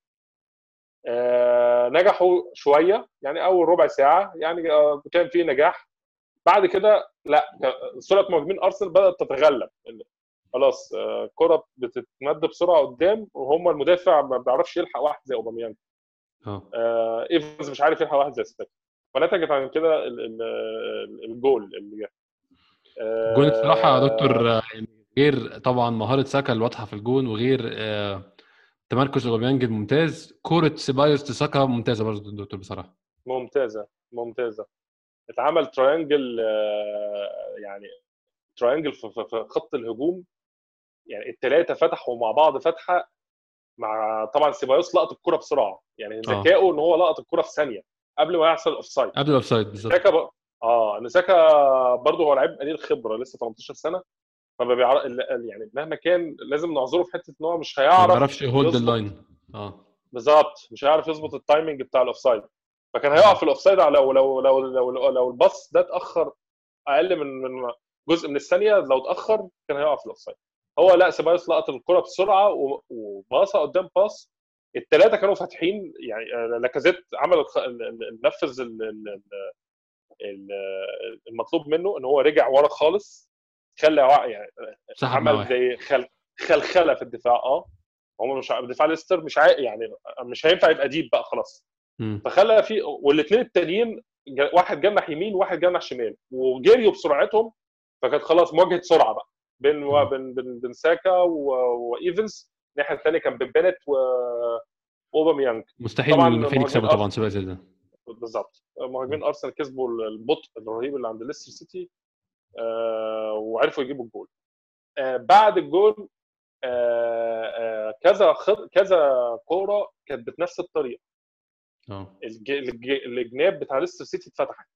آه نجحوا شويه يعني اول ربع ساعه يعني، آه كان في نجاح. بعد كده لا، سرعه مهاجمين ارسنال بدات تتغلب، خلاص الكره آه بتتمد بسرعه قدام، وهم المدافع ما بيعرفش يلحق واحد زي اوباميانج. اه آه ايفنز مش عارف يلحق واحد زي ستاك، فنتجت عن كده ال- ال- الجول اللي جه. الجون الصراحه يا آه دكتور، آه، يعني غير طبعا مهاره ساكا الواضحه في الجون، وغير آه، تمركز اوباميانج الممتاز، كوره سيبايوس تساكا ممتازه برضه دكتور بصراحه. ممتازه ممتازه. اتعمل تراينجل آه يعني تراينجل في في- في خط الهجوم، يعني الثلاثه فتحوا مع بعض فتحه، مع طبعا سيبايوس لقط الكره بسرعه، يعني اه ذكائه ان هو لقط الكره في ثانيه قبل ما يحصل الاوفسايد. قبل الاوفسايد بالظبط. نساكا ب... اه نساكا برضه هو لعيب قليل خبره لسه تمنتاشر سنه، فما بيعرف يعني مهما كان لازم نعذره في حته ان هو مش ما هيعرف بيعرفش هولد يظبط. اللاين. اه بالظبط مش هيعرف يظبط التايمنج بتاع الاوفسايد، فكان هيقع اه في الاوفسايد لو لو لو لو لو, لو الباص ده اتاخر اقل من من جزء من الثانيه، لو اتاخر كان هيقع في الاوفسايد. هو لا، سيبايوس لقط الكره بسرعه و- وباصه قدام باص، الثلاثه كانوا فاتحين يعني. آه، لاكازيت عمل الخ- ال- ال- نفذ ال- ال- ال- المطلوب منه ان هو رجع ورا خالص، خلى وع- يعني سحب مع عمل واحد. زي خل خلخله في الدفاع. اه هم مش ع- دفاع ليستر مش عا... يعني مش هينفع يبقى ديب بقى خلاص، امم فخلى في والاثنين التانيين جا- واحد جنح يمين وواحد جنح شمال وجريوا بسرعتهم، فكانت خلاص مواجهه سرعه بقى بين و... اه بين بين, بين ساكا و... وايفنز. الناحيه الثانيه كان بين بينت و... واوباميانج. مستحيل طبعا المنافسين مهاجمين يكسبوا طبعا ارسنال سيبايوس ده. بالظبط، مهاجمين ارسنال كسبوا البطء الرهيب اللي عند ليستر سيتي، آه وعرفوا يجيبوا الجول. آه بعد الجول آه آه كذا خط... كذا كوره كانت بنفس الطريقه، اه الج... الج... الجناب بتاع ليستر سيتي اتفتحت.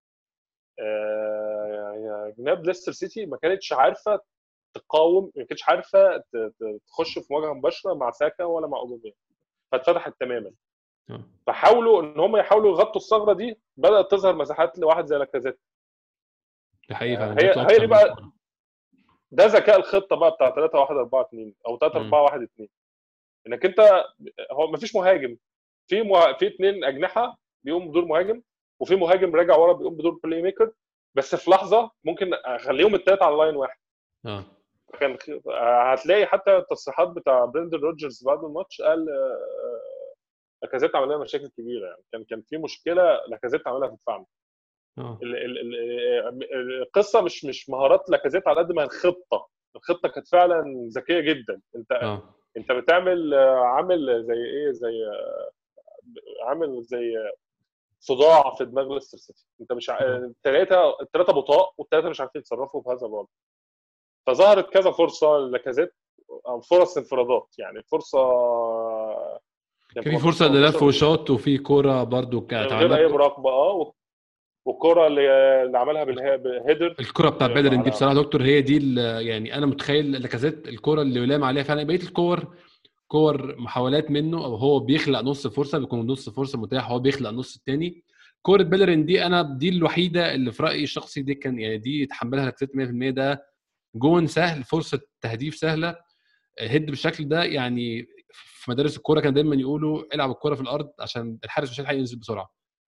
آه جناب ليستر سيتي ما كانتش عارفه تقاوم، ما كانتش عارفه ت... ت- تخش في مواجهه مباشره مع ساكا ولا مع اوباميانج، فاتفتحت تماما. اه فحاولوا ان هم يحاولوا يغطوا الثغره دي، بدات تظهر مساحات لواحد زي لاكازيت. ده حقيقي آه فعلا هي جات له هي اكتر دي من بقى، كوره. ده ذكاء الخطه بقى بتاع ثلاثة واحد أربعة اتنين او ثلاثة امم أربعة واحد اتنين، انك انت هو ما فيش مهاجم، في مه... في اثنين اجنحه بيقوم بدور مهاجم، وفي مهاجم راجع ورا بيقوم بدور بلاي ميكر، بس في لحظه ممكن اخليهم الثلاثه على لاين واحد. اه كان هتلاقي حتى التصريحات بتاع بريندن روجرز بعد الماتش قال آه، لاكازيت عمل لنا مشاكل كبيره، يعني كان كان في مشكله لاكازيت عملها في دفاعنا. اه ال- ال- ال- القصه مش مش مهارات لاكازيت على قد ما الخطه، الخطه كانت فعلا ذكيه جدا. انت اه انت بتعمل آه، عامل زي ايه، زي عامل زي صداع في دماغ ليستر سيتي. انت مش اه الثلاثه الثلاثه بطاء والثلاثه مش عارفين يتصرفوا في هذا الوضع، فظهرت كذا فرصه لاكازيت أو فرص انفرادات، يعني فرصه كان كان في فرصه تمنتاشر اللي لف تمنتاشر وشاط، وفي كوره برضو من كانت غير عملناها اي بلوك. مراقبه، اه والكره اللي اللي عملها بالها- بالهيدر الكره بتاع آه، بيلرين دي على بصراحه دكتور، هي دي ال- يعني انا متخيل لاكازيت الكره اللي يلام عليها فعلا. بقيه الكور كور محاولات منه، او هو بيخلق نص فرصه، بيكون نص فرصه متاح هو بيخلق نص الثاني. كوره بيلرين دي انا دي الوحيده اللي في رايي الشخصي دي كان يعني دي يتحملها لاكازيت مية في المية. ده جون سهل، فرصه تهديف سهله، هيد بالشكل ده يعني. في مدارس الكوره كان دايما يقولوا العب الكوره في الارض عشان الحارس مش هيلحق ينزل بسرعه.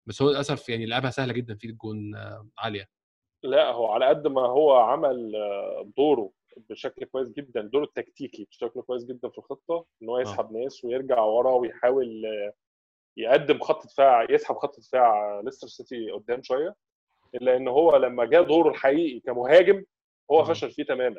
بس هو للاسف يعني لعبها سهله جدا في الجون آه، عاليه. لا هو على قد ما هو عمل آه، دوره بشكل كويس جدا، دوره التكتيكي بشكل كويس جدا في الخطه، ان هو اه يسحب ناس ويرجع ورا ويحاول آه، يقدم خط دفاع، يسحب خط دفاع ليستر سيتي قدام شويه، الا ان هو لما جاء دوره الحقيقي كمهاجم هو اه فشل فيه تماما.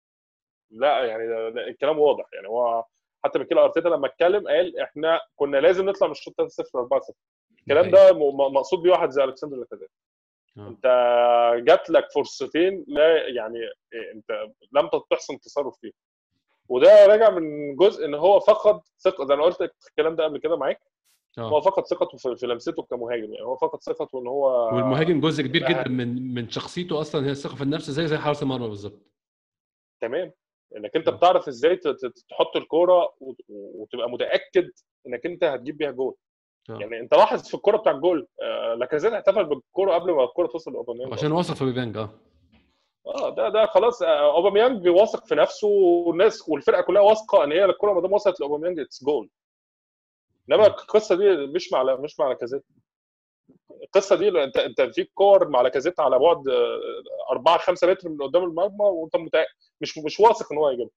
لا يعني ده- ده الكلام واضح يعني. هو حتى ميكيل ارتيتا لما اتكلم قال احنا كنا لازم نطلع من الشوط ثلاثة صفر أربعة صفر. ده الكلام حقيقي. ده م- مقصود بيه واحد زي الكسندر لاكازيت. اه انت جات لك فرصتين، لا يعني انت لم تحسن التصرف فيه، وده راجع من جزء ان هو فقد ثقه، زي انا قلت الكلام ده قبل كده معاك. هو اه فقد ثقته في في لمسته كمهاجم، يعني هو فقد ثقته ان هو والمهاجم جزء كبير لا جدا من من شخصيته اصلا هي الثقه في النفس، زي زي حارس المرمى بالظبط. تمام. انك انت اه بتعرف ازاي ت- ت- تحط الكوره وت- وتبقى متاكد انك انت هتجيب بيها جول. اه يعني انت لاحظ في الكوره بتاع الجول آه لاكازيت احتفل بالكوره قبل ما الكوره توصل لاوباميانج عشان اصلا. وصل في بيبانج. اه اه ده ده خلاص، آه، اوباميانج واثق في نفسه، والناس والفرقه كلها واثقه ان هي الكوره ما دام وصلت لاوباميانج اتس جول. انما اه القصه دي مش مع مش مع لاكازيت. القصه دي انت انت في كور مع لاكازيت على بعد أربعة خمسة متر من قدام المرمى، وانت متأ... مش مش واثق ان هو هيجيبها.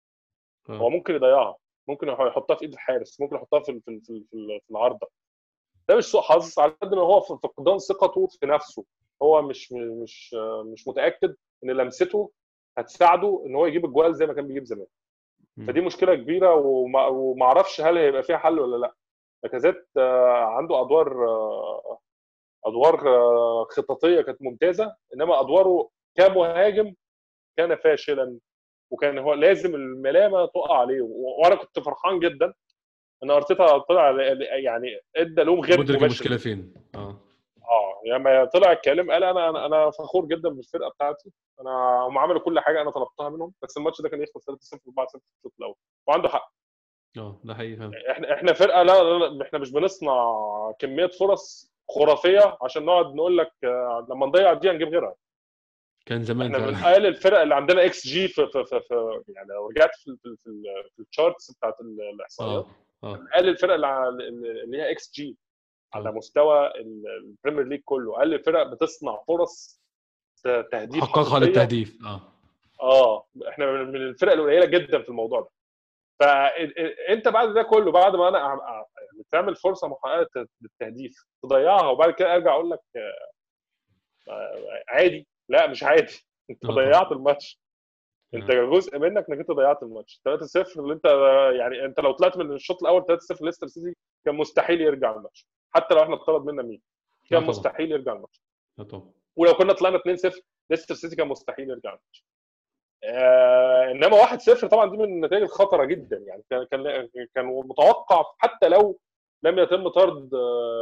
اه هو ممكن يضيعها، ممكن يحطها في ايد الحارس، ممكن يحطها في في في, في, في العارضه. ده مش سوء حظ على قد ما هو في فقدان ثقته في نفسه. هو مش مش مش متاكد ان لمسته هتساعده ان هو يجيب الجوال زي ما كان بيجيب زمان. مم. فدي مشكله كبيره، وما وما اعرفش هل هيبقى فيها حل ولا لا. لاكازيت آه، عنده ادوار آه، ادوار آه، خططيه كانت ممتازه، انما ادواره كمهاجم كان فاشلا، وكان هو لازم الملامه تقع عليه. و- وانا كنت فرحان جدا ان ارتيتا طلع يعني ادى لوم غير مدرك مباشر المشكله ليه. فين. اه اه لما طلع الكلام قال انا انا انا فخور جدا بالفرقه بتاعتي، انا هم عملوا كل حاجه انا طلبتها منهم، بس الماتش ده كان يخلص ثلاثة صفر أربعة صفر في الشوط الاول. وعنده حق. اه ده حقيقي فعلا. احنا احنا فرقه لا, لا, لا احنا مش بنصنع كميه فرص خرافيه عشان نقعد نقول لك آه، لما نضيع دي هنجيب غيرها. كان زمان احنا فعلا. من اقل الفرق اللي عندنا اكس جي في, في, في, في يعني لو رجعت في في, في, في الشارتس بتاعت اه الاحصائيات، اه من اقل الفرق اللي ع- اللي هي اكس جي على اه مستوى ال- البريمير ليج كله. اقل الفرق بتصنع فرص ت- تهديف حققها حقيقيه. للتهديف. اه اه احنا من من الفرق القليله جدا في الموضوع ده. فانت بعد ده كله، بعد ما انا أع- أع- يعني تعمل فرصه محققه للتهديف تضيعها، وبعد كده ارجع اقول لك آه، عادي؟ لا مش عادي. انت اه طبعا. ضيعت الماتش. انت آه. جزء منك انك انت ضيعت الماتش ثلاثة صفر اللي انت يعني. انت لو طلعت من الشوط الاول ثلاثة صفر ليستر سيتي كان مستحيل يرجع الماتش، حتى لو احنا اتطرد منا مين اه كان طبعا. مستحيل يرجع الماتش. اه طبعا. ولو كنا طلعنا اتنين صفر ليستر سيتي كان مستحيل يرجع الماتش. آه انما واحد صفر طبعا دي من النتائج الخطره جدا يعني. كان كان كان متوقع حتى لو لم يتم طرد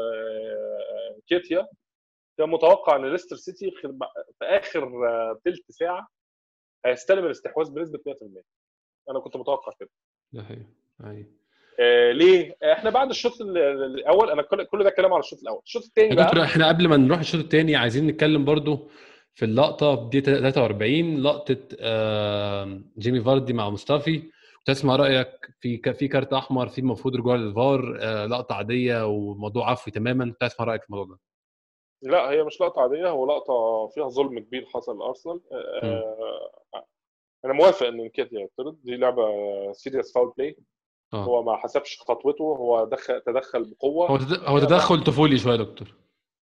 آه كيتيا، كان متوقع ان ليستر سيتي في في اخر آه، تلت ساعه هيستلم الاستحواذ بنسبه مية في المية. انا كنت متوقع كده. ده حقيقي. ايوه. آه ليه؟ احنا بعد الشوط ال- الاول، انا كل كل ده كلام على الشوط الاول. الشوط الثاني يا بقى دكتور احنا قبل ما نروح الشوط الثاني عايزين نتكلم برضو في اللقطه دي ثلاثة وأربعين، لقطه آه، جيمي فاردي مع مصطفي. تسمع رايك في ك- في كارت احمر، في المفروض رجوع للفار، آه، لقطه عاديه وموضوع عفوي تماما. تسمع رايك في الموضوع ده؟ لا هي مش لقطه عاديه، هو لقطه فيها ظلم كبير حصل لارسنال. امم آه انا موافق ان انكيتيا يطرد، دي لعبه سيريس فاول بلاي. اه هو ما حسبش خطوته، هو دخل تدخل بقوه. هو تد- هو هي ما تدخل طفولي شويه يا دكتور.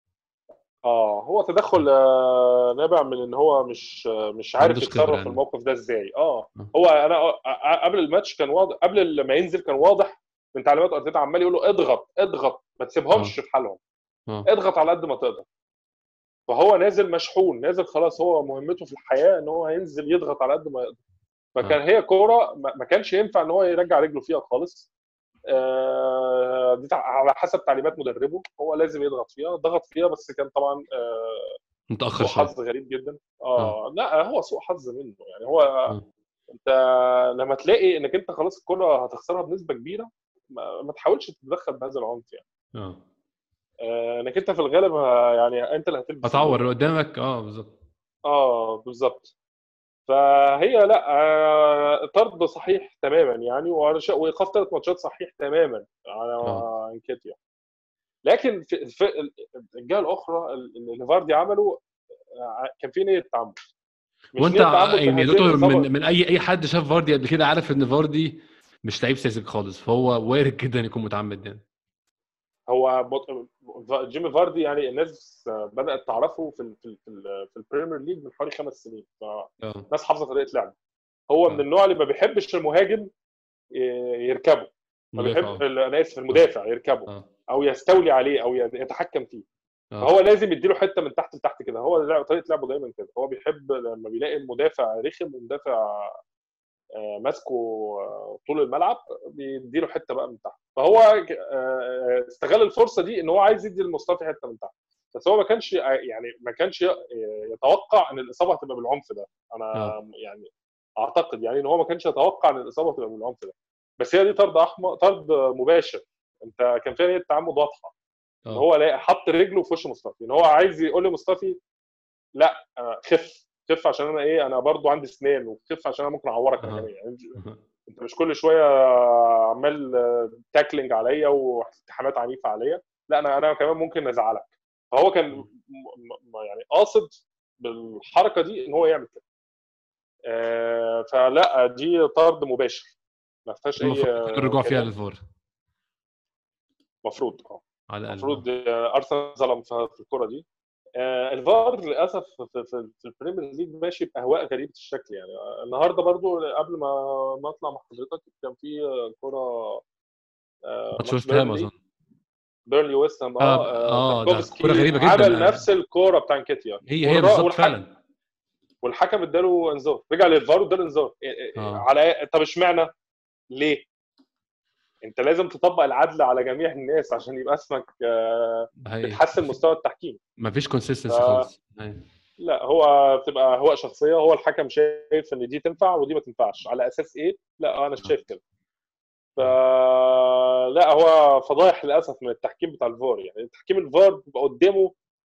اه هو تدخل آه نابع من ان هو مش آه مش ما عارف عندوش خبره يتصرف في يعني. الموقف ده ازاي. اه اه هو انا آه، آه، قبل الماتش كان واضح، قبل ما ينزل كان واضح من تعليمات ارتيتا عمال يقول له اضغط اضغط ما اه تسيبهمش في حالهم، اه اضغط على قد ما تقدر. فهو نازل مشحون، نازل خلاص، هو مهمته في الحياه ان هو هينزل يضغط على قد ما يقدر. فكان اه هي كوره ما ما كانش ينفع ان هو يرجع رجله فيها خالص. آه، دي تع- على حسب تعليمات مدربه هو لازم يضغط فيها، ضغط فيها، بس كان طبعا آه، متاخر سوء شويه. حظ غريب جدا. اه اه لا هو سوء حظ منه يعني. هو اه انت لما تلاقي انك انت خلاص الكره هتخسرها بنسبه كبيره، ما, ما تحاولش تتدخل بهذا العنف يعني. اه آه، انك انت في الغالب ه- يعني انت اللي هتلبس هتعور اللي ال- قدامك. اه بالظبط. اه بالظبط. فهي لا آه، طرد صحيح تماما يعني، وانا شا- وايقاف ثلاث ماتشات صحيح تماما على اه انكيتيا. لكن في, في الجهه الاخرى اللي فاردي عمله كان في نيه تعمد، مش وانت نيه تعمد يعني يا بهذه دكتور الاصابه. من من اي اي حد شاف فاردي قبل كده عارف ان فاردي مش لعيب ساذج خالص، فهو وارد جدا يكون متعمد يعني. هو بط- جيمي فاردي يعني الناس بدات تعرفه في ال في ال في, ال في البريمير ليج من حوالي خمس سنين، اه فالناس حافظه طريقه لعبه. هو من اه النوع اللي ما بيحبش المهاجم يركبه، ما مدافع بيحب اه انا اسف اه المدافع يركبه اه او يستولي عليه او يتحكم فيه. اه فهو لازم يديله حته من تحت لتحت كده، هو لعب- طريقه لعبه دايما كده. هو بيحب لما بيلاقي المدافع رخم ومدافع آه، ماسكه آه، طول الملعب، بيديله حته بقى من تحت. فهو آه، استغل الفرصه دي ان هو عايز يدي لمصطفى حته من تحت، بس هو ما كانش يعني ما كانش يتوقع ان الاصابه هتبقى بالعنف ده. انا اه يعني اعتقد يعني ان هو ما كانش يتوقع ان الاصابه هتبقى بالعنف ده. بس هي دي طرد احمر، طرد مباشر. انت كان فيها نيه تعمد واضحه ان اه هو لا- حط رجله في وش مصطفى، ان هو عايز يقول لمصطفى لا آه، خف خف عشان انا ايه، انا برضو عندي اسنان، وخف عشان انا ممكن اعورك انا اه كمان يعني. انت مش كل شويه عمال تاكلينج عليا والتحامات عنيفه عليا، لا انا انا كمان ممكن ازعلك. فهو كان م- م- يعني قاصد بالحركه دي ان هو يعمل كده. آه، فلا دي طرد مباشر ما فيهاش اي المفروض يكون آه، الرجوع فيها كلام. للفار المفروض اه على الاقل. اه المفروض آه، ارسنال ظلم في في الكره دي. آه، الفار للاسف في في في البريمير ليج ماشي باهواء غريبه الشكل يعني. آه، النهارده برضو قبل ما ما اطلع مع حضرتك كان في آه، كره آه، ماتش ماتش وست هام اظن. بيرنلي بيرنلي ويست هام اه اه آه، اه ده كوره تاركوفسكي غريبه عمل جدا. نفس الكوره بتاع انكيتيا هي هي والرا- بالظبط والحكم فعلا. والحكم اداله انذار، رجع للفار واداله انذار. إيه- إيه- اه على طب اشمعنى؟ ليه؟ انت لازم تطبق العدل على جميع الناس عشان يبقى اسمك آه، هي بتحسن مستوى التحكيم. ما فيش كونسيستنسي خالص. هي. لا هو بتبقى هواء شخصيه، هو الحكم شايف ان دي تنفع ودي ما تنفعش على اساس ايه؟ لا انا اه شايف كده. ف اه لا هو فضايح للاسف من التحكيم بتاع الفار. يعني تحكيم الفار بيبقى قدامه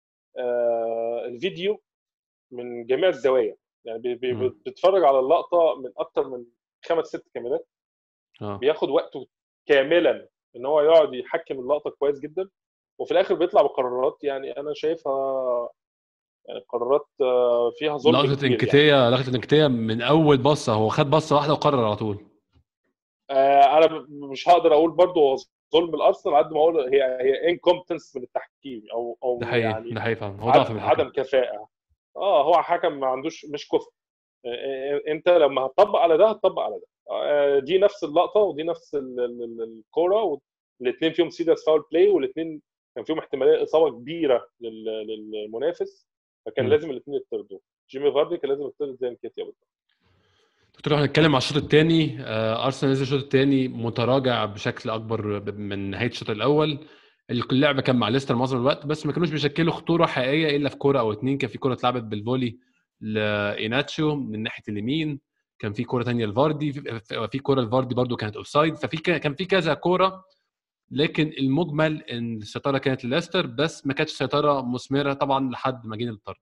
آه، الفيديو من جميع الزوايا، يعني بي- بي- مم. بيتفرج على اللقطه من اكتر من خمس ست كاميرات، اه بياخد وقته كاملا ان هو يقعد يحكم اللقطه كويس جدا، وفي الاخر بيطلع بقرارات يعني انا شايفها يعني قرارات آه، فيها ظلم لقطه كبير يعني. انكتيه لقطه انكتيه من اول بصه هو خد بصه واحده وقرر على طول. آه، انا ب- مش هقدر اقول برضو هو ظلم الارسنال قد ما اقول هي هي انكومبتنس من التحكيم او ده او حقيقي يعني ده حقيقي فعلا، هو ضعف عد- من الحكم. عدم كفاءه. اه هو حكم ما عندوش مش كفء. آه، آه، انت لما هتطبق على ده هتطبق على ده. آه، دي نفس اللقطه ودي نفس ال- ال- ال- الكوره، والاثنين فيهم سيريس فاول بلاي، والاثنين كان فيهم احتماليه اصابه كبيره لل- للمنافس، فكان مم. لازم الاثنين يطردوا. جيمي فاردي كان لازم يطرد زي انكيتيا بالظبط. دكتور احنا هنتكلم على الشوط الثاني. ارسنال نزل الشوط الثاني متراجع بشكل اكبر ب- من نهايه الشوط الاول. اللعبه كان مع ليستر معظم الوقت، بس ما كانوش بيشكلوا خطوره حقيقيه الا في كوره او اتنين. كان في كوره اتلعبت بالفولي لايناتشو من ناحيه اليمين، كان في كوره تانية لفاردي، في في- في كوره لفاردي برضو كانت اوفسايد. ففي ك- كان في كذا كوره، لكن المجمل ان السيطره كانت لليستر، بس ما كانتش سيطره مثمره طبعا لحد ما جينا للطرد.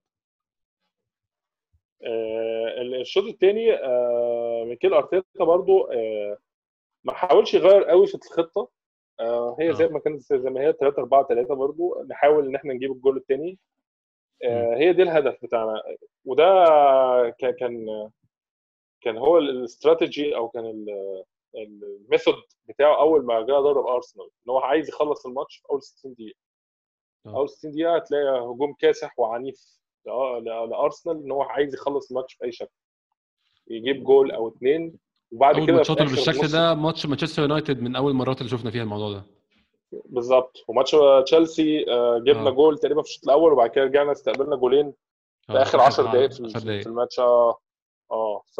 آه، الشوط الثاني ميكيل ارتيتا برضو آه، ما حاولش يغير قوي في الخطه. آه، هي زي اه ما كانت زي ما هي ثلاثة أربعة ثلاثة برضو نحاول ان احنا نجيب الجول الثاني. مم. هي دي الهدف بتاعنا. وده ك- كان كان هو الاستراتيجي او كان ال- الميثود بتاعه اول ما جه درب ارسنال، ان هو عايز يخلص الماتش في اول ستين دقيقه. اه اول ستين دقيقه هتلاقي هجوم كاسح وعنيف ل- ل- لارسنال، ان هو عايز يخلص الماتش باي شكل، يجيب جول او اتنين، وبعد اول كده في ماتشاته اللي اخر بالشكل نص. ده ماتش مانشستر يونايتد، من اول المرات اللي شفنا فيها الموضوع ده. بالظبط. وماتش تشيلسي آه، جبنا اه جول تقريبا في الشوط الاول، وبعد كده رجعنا استقبلنا جولين في اه في اخر اخر عشر دقائق في عشر في في دقايق. الماتش. اه اه ف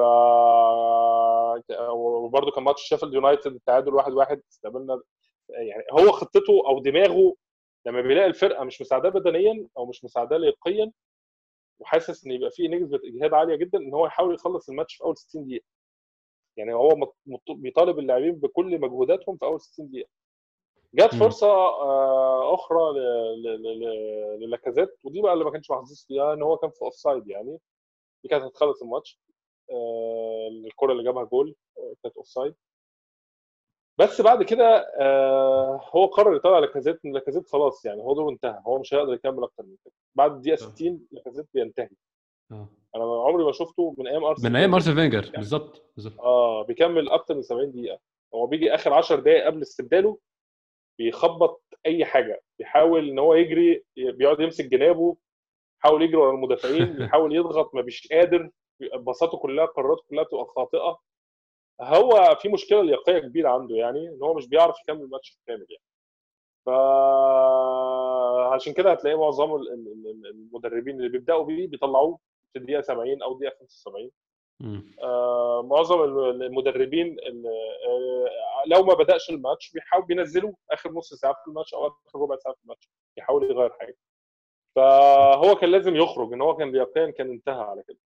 وبرده كان ماتش شيفيلد يونايتد التعادل واحد واحد استقبلنا. يعني هو خطته او دماغه لما بيلاقي الفرقه مش مساعداه بدنيا او مش مساعداه لياقيا، وحاسس ان يبقى فيه نسبه اجهاد عاليه جدا، ان هو يحاول يخلص الماتش في اول ستين دقيقه. يعني هو مط- مط- بيطالب اللاعبين بكل مجهوداتهم في اول ستين دقيقه. جت امم فرصه آه، اخرى ل- ل- ل- للاكازيت، ودي بقى اللي ما كانش محظوظ فيها، ان هو كان في اوف سايد يعني. دي كانت هتخلص الماتش. آه، الكره اللي جابها جول آه، كانت اوف سايد. بس بعد كده آه هو قرر يطلع لاكازيت. لاكازيت خلاص يعني هو دوره انتهى، هو مش هيقدر يكمل اكتر من كده. بعد الدقيقه ستين لاكازيت بينتهي. اه انا عمري ما شفته من ايام ارسن من ايام فينجر. ارسن فينجر بيكمل- بالظبط بالظبط. اه بيكمل اكتر من سبعين دقيقه. هو بيجي اخر عشر دقائق قبل استبداله بيخبط اي حاجه، بيحاول ان هو يجري، بيقعد يمسك جنابه، يحاول يجري ورا المدافعين، يحاول يضغط، ما بيش قادر. باصاته كلها، قراراته كلها بتبقى خاطئه. هو في مشكله لياقيه كبيره عنده، يعني ان هو مش بيعرف يكمل الماتش كامل يعني. فعشان كده هتلاقي معظم ال- ال- ال- المدربين اللي بيبداوا بيه بيطلعوه في الدقيقه سبعين او الدقيقه خمسة وسبعين. مم. آه، معظم الم- المدربين ال- آه، لو ما بداش الماتش بيحاول بينزلوه اخر نص ساعه في الماتش او اخر ربع ساعه في الماتش، يحاول يغير حاجه. فهو كان لازم يخرج، ان هو كان يقينا كان انتهى على كده.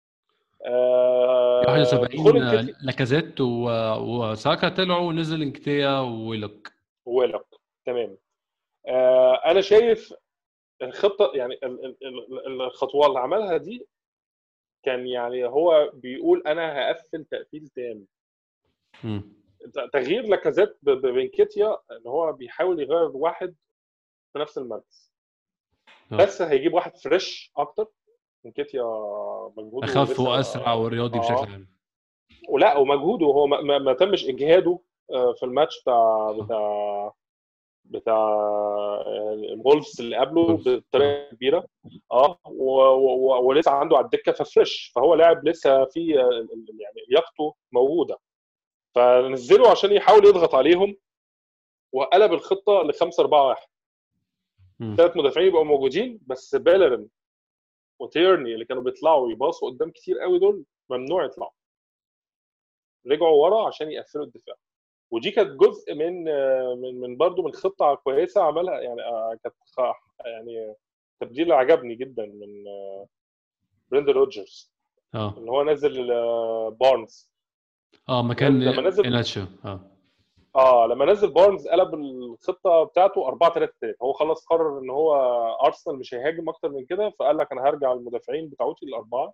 آه، دخول واحد وسبعين انكيتي لاكازيت و- وساكا طلعوا ونزل انكتيا ويلوك. ولك تمام. آه، انا شايف الخطه يعني ال- ال- ال- الخطوه اللي عملها دي، كان يعني هو بيقول انا هقفل تقفيل تام. مم. تغيير لاكازيت ب- ب- بنكيتيا ان هو بيحاول يغير واحد في نفس المركز، آه. بس هيجيب واحد فريش اكتر. نكيتيا مجهوده اخف لسه واسرع ورياضي بشكل اه عام. ولا ومجهوده هو ما, ما, ما تمش اجهاده آه، في الماتش بتاع آه. بتاع بتاع آه، الولفز اللي قبله وولفز. بطريقه كبيره. اه و- و- ولسه عنده على الدكه ففريش، فهو لاعب لسه في آه، يعني لياقته موجوده. فنزله عشان يحاول يضغط عليهم، وقلب الخطه ل خمسة أربعة واحد. مم. ثلاث مدافعين يبقوا موجودين بس، بيلرين وتيرني اللي كانوا بيطلعوا يباصوا قدام كتير قوي دول ممنوع يطلعوا، رجعوا ورا عشان يقفلوا الدفاع. ودي كانت جزء من من من برضه من خطه كويسه عملها يعني. آه، كانت خ- يعني تبديل عجبني جدا من آه، بريندن روجرز، اه ان هو نزل آه، بارنز. اه نزل- مكان لما نزل اناتشو. اه اه لما نزل بارنز قلب الخطه بتاعته أربعة ثلاثة ثلاثة. هو خلاص قرر ان هو ارسنال مش هيهاجم اكتر من كده، فقال لك انا هرجع المدافعين بتاعتي الاربعه.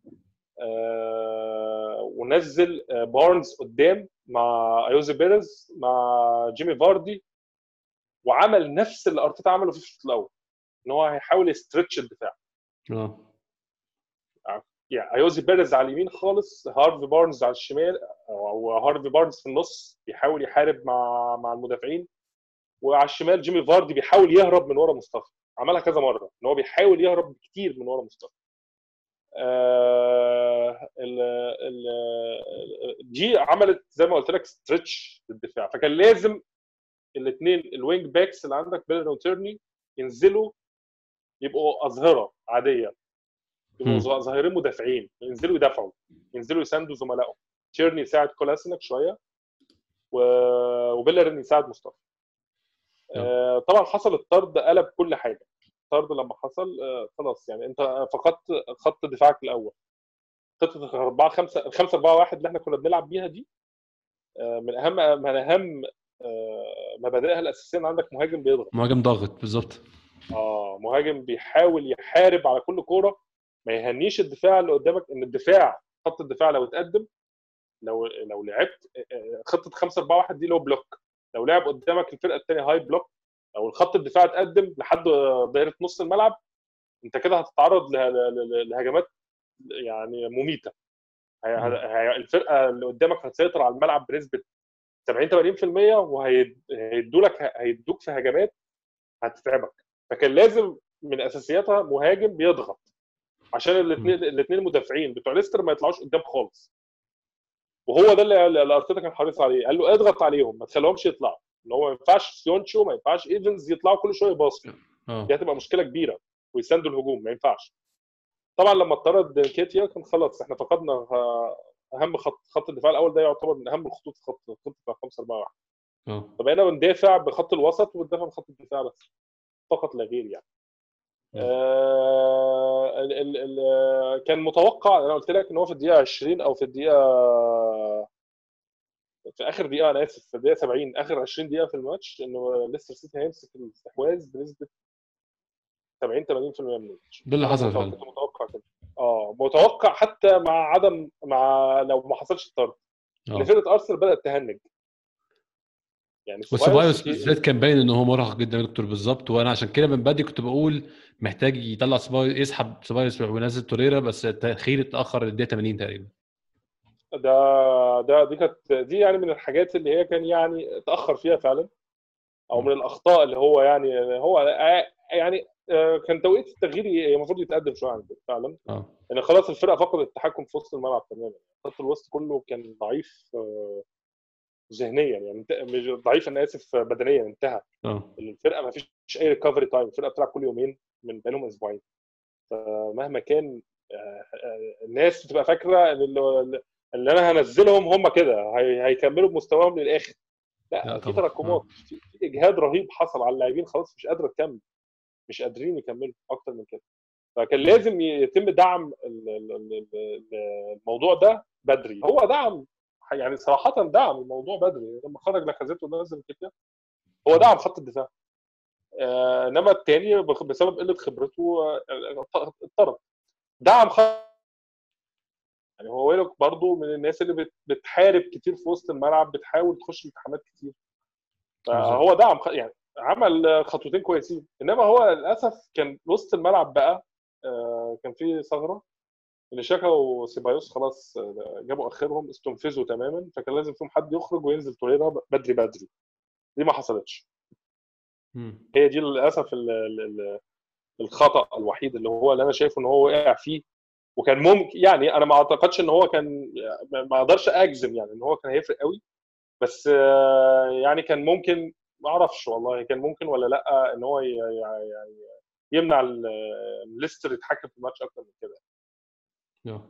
آه ونزل آه بارنز قدام مع ايوزي بيريز مع جيمي فاردي، وعمل نفس اللي ارتيتا عمله في الشوط الاول، ان هو هيحاول يسترتش الدفاع. اه يعني ايوزي بيريز على اليمين خالص، هارفي بارنز على الشمال، او هارفي بارنز في النص بيحاول يحارب مع مع المدافعين، وعلى الشمال جيمي فاردي بيحاول يهرب من ورا مصطفى. عملها كذا مره ان هو بيحاول يهرب كتير من ورا مصطفى. آه ال ال دي عملت زي ما قلت لك ستريتش للدفاع. فكان لازم الاثنين الوينج باكس اللي عندك بيلرين وتيرني ينزلوا، يبقوا اظهره عاديه، يبقوا مم. ظاهرين مدافعين، ينزلوا يدافعوا، ينزلوا يساندوا زملائهم. تيرني يساعد كولاسينك شويه، و- وبيلرين يساعد مصطفى. آه. آه، طبعا حصل الطرد، قلب كل حاجه. الطرد لما حصل آه، خلاص يعني انت فقدت خط دفاعك الاول. خطه أربعة خمسة خمسة أربعة واحد اللي احنا كنا بنلعب بيها دي، آه، من اهم من اهم آه، مبادئها الاساسيه ان عندك مهاجم بيضغط. مهاجم ضاغط بالظبط. اه مهاجم بيحاول يحارب على كل كوره، ما يهنيش الدفاع اللي قدامك. ان الدفاع، خط الدفاع لو اتقدم، لو لو لعبت آه، خطه خمسة أربعة واحد دي لو بلوك، لو لعب قدامك الفرقه الثانيه هاي بلوك، او الخط الدفاع اتقدم لحد دائره نص الملعب، انت كده هتتعرض له- له- له- لهجمات يعني مميته. هي- مم. هي- الفرقه اللي قدامك هتسيطر على الملعب بنسبه سبعين ثمانين في المية، وهيدوا لك هيدوك في هجمات هتتعبك. فكان لازم من اساسياتها مهاجم بيضغط، عشان مم. الاثنين الاثنين المدافعين بتوع ليستر ما يطلعوش قدام خالص. وهو ده اللي اللي ارتيتا كان حريص عليه، قال له اضغط عليهم ما تخليهمش يطلعوا. ان هو ما ينفعش سيونشو، ما ينفعش ايفنز يطلعوا كل شويه يباصوا، اه دي هتبقى مشكله كبيره، ويساندوا الهجوم ما ينفعش. طبعا لما اتطرد كيتيا كان خلاص احنا فقدنا آه، اهم خط خط الدفاع الاول ده يعتبر من اهم الخطوط في خط خط بتاع خمسة أربعة واحد. اه فبقينا بندافع بخط الوسط وبندافع بخط الدفاع بس، فقط لا غير يعني. مم. آه ال ال ال كان متوقع، انا قلت لك ان هو في الدقيقه عشرين او في الدقيقه في اخر دقيقه، انا اسف، في الدقيقه سبعين، اخر عشرين دقيقه في الماتش، انه ليستر سيتي هيمسك الاستحواذ بنسبه سبعين ثمانين في المية من الماتش. ده اللي انا حصل متوقع فعلا. كنت متوقع كده. اه متوقع حتى مع عدم، مع لو ما حصلش الطرد، ان اه فرقه ارسنال بدات تهنج. يعني وسيبايوس في بالذات كان باين ان هو مرهق جدا يا دكتور بالظبط، وانا عشان كده من بدري كنت بقول محتاج يطلع سيبايوس، يسحب سيبايوس وينزل توريرا، بس التاخير اتاخر للدقيقه ثمانين تقريبا. ده ده دي كانت دي يعني من الحاجات اللي هي كان يعني اتاخر فيها فعلا، او من مم. الاخطاء اللي هو يعني هو يعني آه، كان توقيت التغيير المفروض يتقدم شويه عن كده فعلا، اه لان خلاص الفرقه فقدت التحكم في وسط الملعب تماما. خط الوسط كله كان ضعيف آه، ذهنيا، يعني انت- مش ضعيف، انا اسف، بدنيا انتهى. اه الفرقه ما فيش اي ريكفري تايم، الفرقه بتلعب كل يومين من بقالهم اسبوعين. فمهما كان آه، آه، الناس بتبقى فاكره ان اللي اللي انا هنزلهم هم كده هي- هيكملوا بمستواهم للاخر. لا لا، في طبعا اه تراكمات، في في اجهاد رهيب حصل على اللاعبين، خلاص مش قادره تكمل، مش قادرين يكملوا اكتر من كده. فكان لازم يتم دعم ال- ال- ال- ال- الموضوع ده بدري. هو دعم، يعني صراحه دعم الموضوع بدري لما خرج لاكازيت ونزل كده، هو مم. دعم خط الدفاع. آه، انما الثاني بسبب قله خبرته آه، اتطرد. دعم خط، يعني هو ويلوك برضو من الناس اللي بت- بتحارب كتير في وسط الملعب، بتحاول تخش التحامات كتير، بالظبط. فهو دعم خ... يعني عمل خطوتين كويسين. انما هو للاسف كان وسط الملعب بقى آه، كان في ثغره ان شاكا وسيبايوس خلاص آه، جابوا اخرهم، استنفذوا تماما، فكان لازم فيهم حد يخرج وينزل توريرا بدري بدري. دي ما حصلتش. مم. هي دي للاسف ال- ال- ال- الخطا الوحيد اللي هو اللي انا شايفه ان هو وقع فيه. وكان ممكن، يعني انا ما اعتقدش ان هو كان، ما اقدرش اجزم يعني ان هو كان هيفرق قوي، بس آه، يعني كان ممكن، ما اعرفش والله كان ممكن ولا لا ان هو ي- يعني يمنع ال- ليستر يتحكم في الماتش اكتر من كده. اه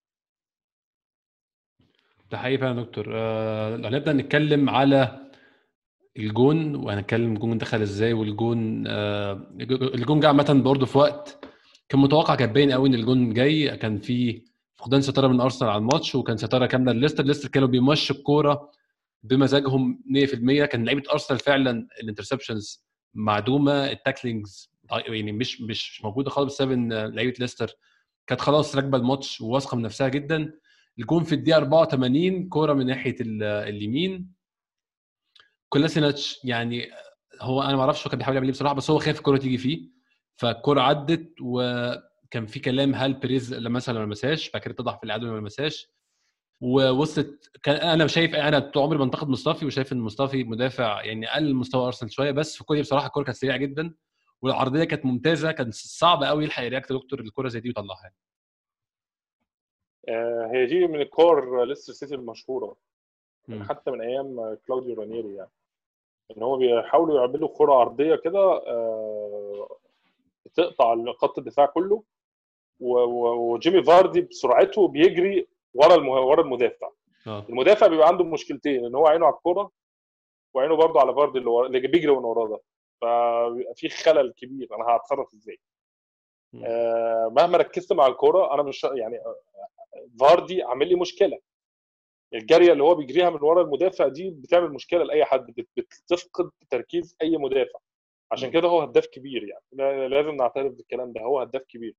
ده حقيقي فعلا يا دكتور. آه لو هنبدا نتكلم على الجون، وهنتكلم الجون دخل ازاي، والجون آه الجون جه عامه برضه في وقت كان متوقع، كان باين قوي ان الجون جاي، كان في فقدان سيطره من ارسنال على الماتش، وكان سيطره كامله لليستر. ليستر كانوا بيمشوا الكوره بمزاجهم مية في المية. كان لعيبه ارسنال فعلا الانترسبشنز معدومه، التاكلينجز يعني مش مش موجوده خالص، بسبب ان لعيبه ليستر كانت خلاص راكبه الماتش وواثقه من نفسها جدا. الجون في الدقيقه أربعة وثمانين، كوره من ناحيه ال- اليمين، كولاسيناتش يعني هو انا ما اعرفش هو كان بيحاول يعمل ايه بصراحه، بس هو خايف الكوره تيجي فيه، فالكوره عدت. وكان في كلام هل بيريز لمسها ولا ما لمسهاش، بعد كده اتضح في العدل ولا ما لمسهاش، ووصلت. كان انا شايف، انا طول عمري بنتقد مصطفي وشايف ان مصطفي مدافع يعني قل مستوى ارسنال شويه، بس في الكوره دي بصراحه الكوره كانت سريعه جدا، والعرضيه كانت ممتازه، كان صعب قوي يلحق يرياكت دكتور الكوره زي دي ويطلعها. آه، هي دي من الكور ليستر سيتي المشهوره، من امم حتى من ايام كلاوديو رانيري، يعني ان هو بيحاولوا يعملوا كره عرضيه كده آه، تقطع خط الدفاع كله، و- و- وجيمي فاردي بسرعته بيجري ورا المه... ورا المدافع. اه المدافع بيبقى عنده مشكلتين، ان هو عينه على الكوره وعينه برضه على فاردي اللي, ورا... اللي بيجري من وراه ده، فبيبقى في خلل كبير، انا هتصرف ازاي؟ مم. آه مهما ركزت مع الكوره انا مش يعني آه، فاردي عامل لي مشكله. الجاريه اللي هو بيجريها من ورا المدافع دي بتعمل مشكله لاي حد، بت- بتفقد تركيز اي مدافع. عشان مم. كده هو هداف كبير، يعني لا- لازم نعترف بالكلام ده، هو هداف كبير.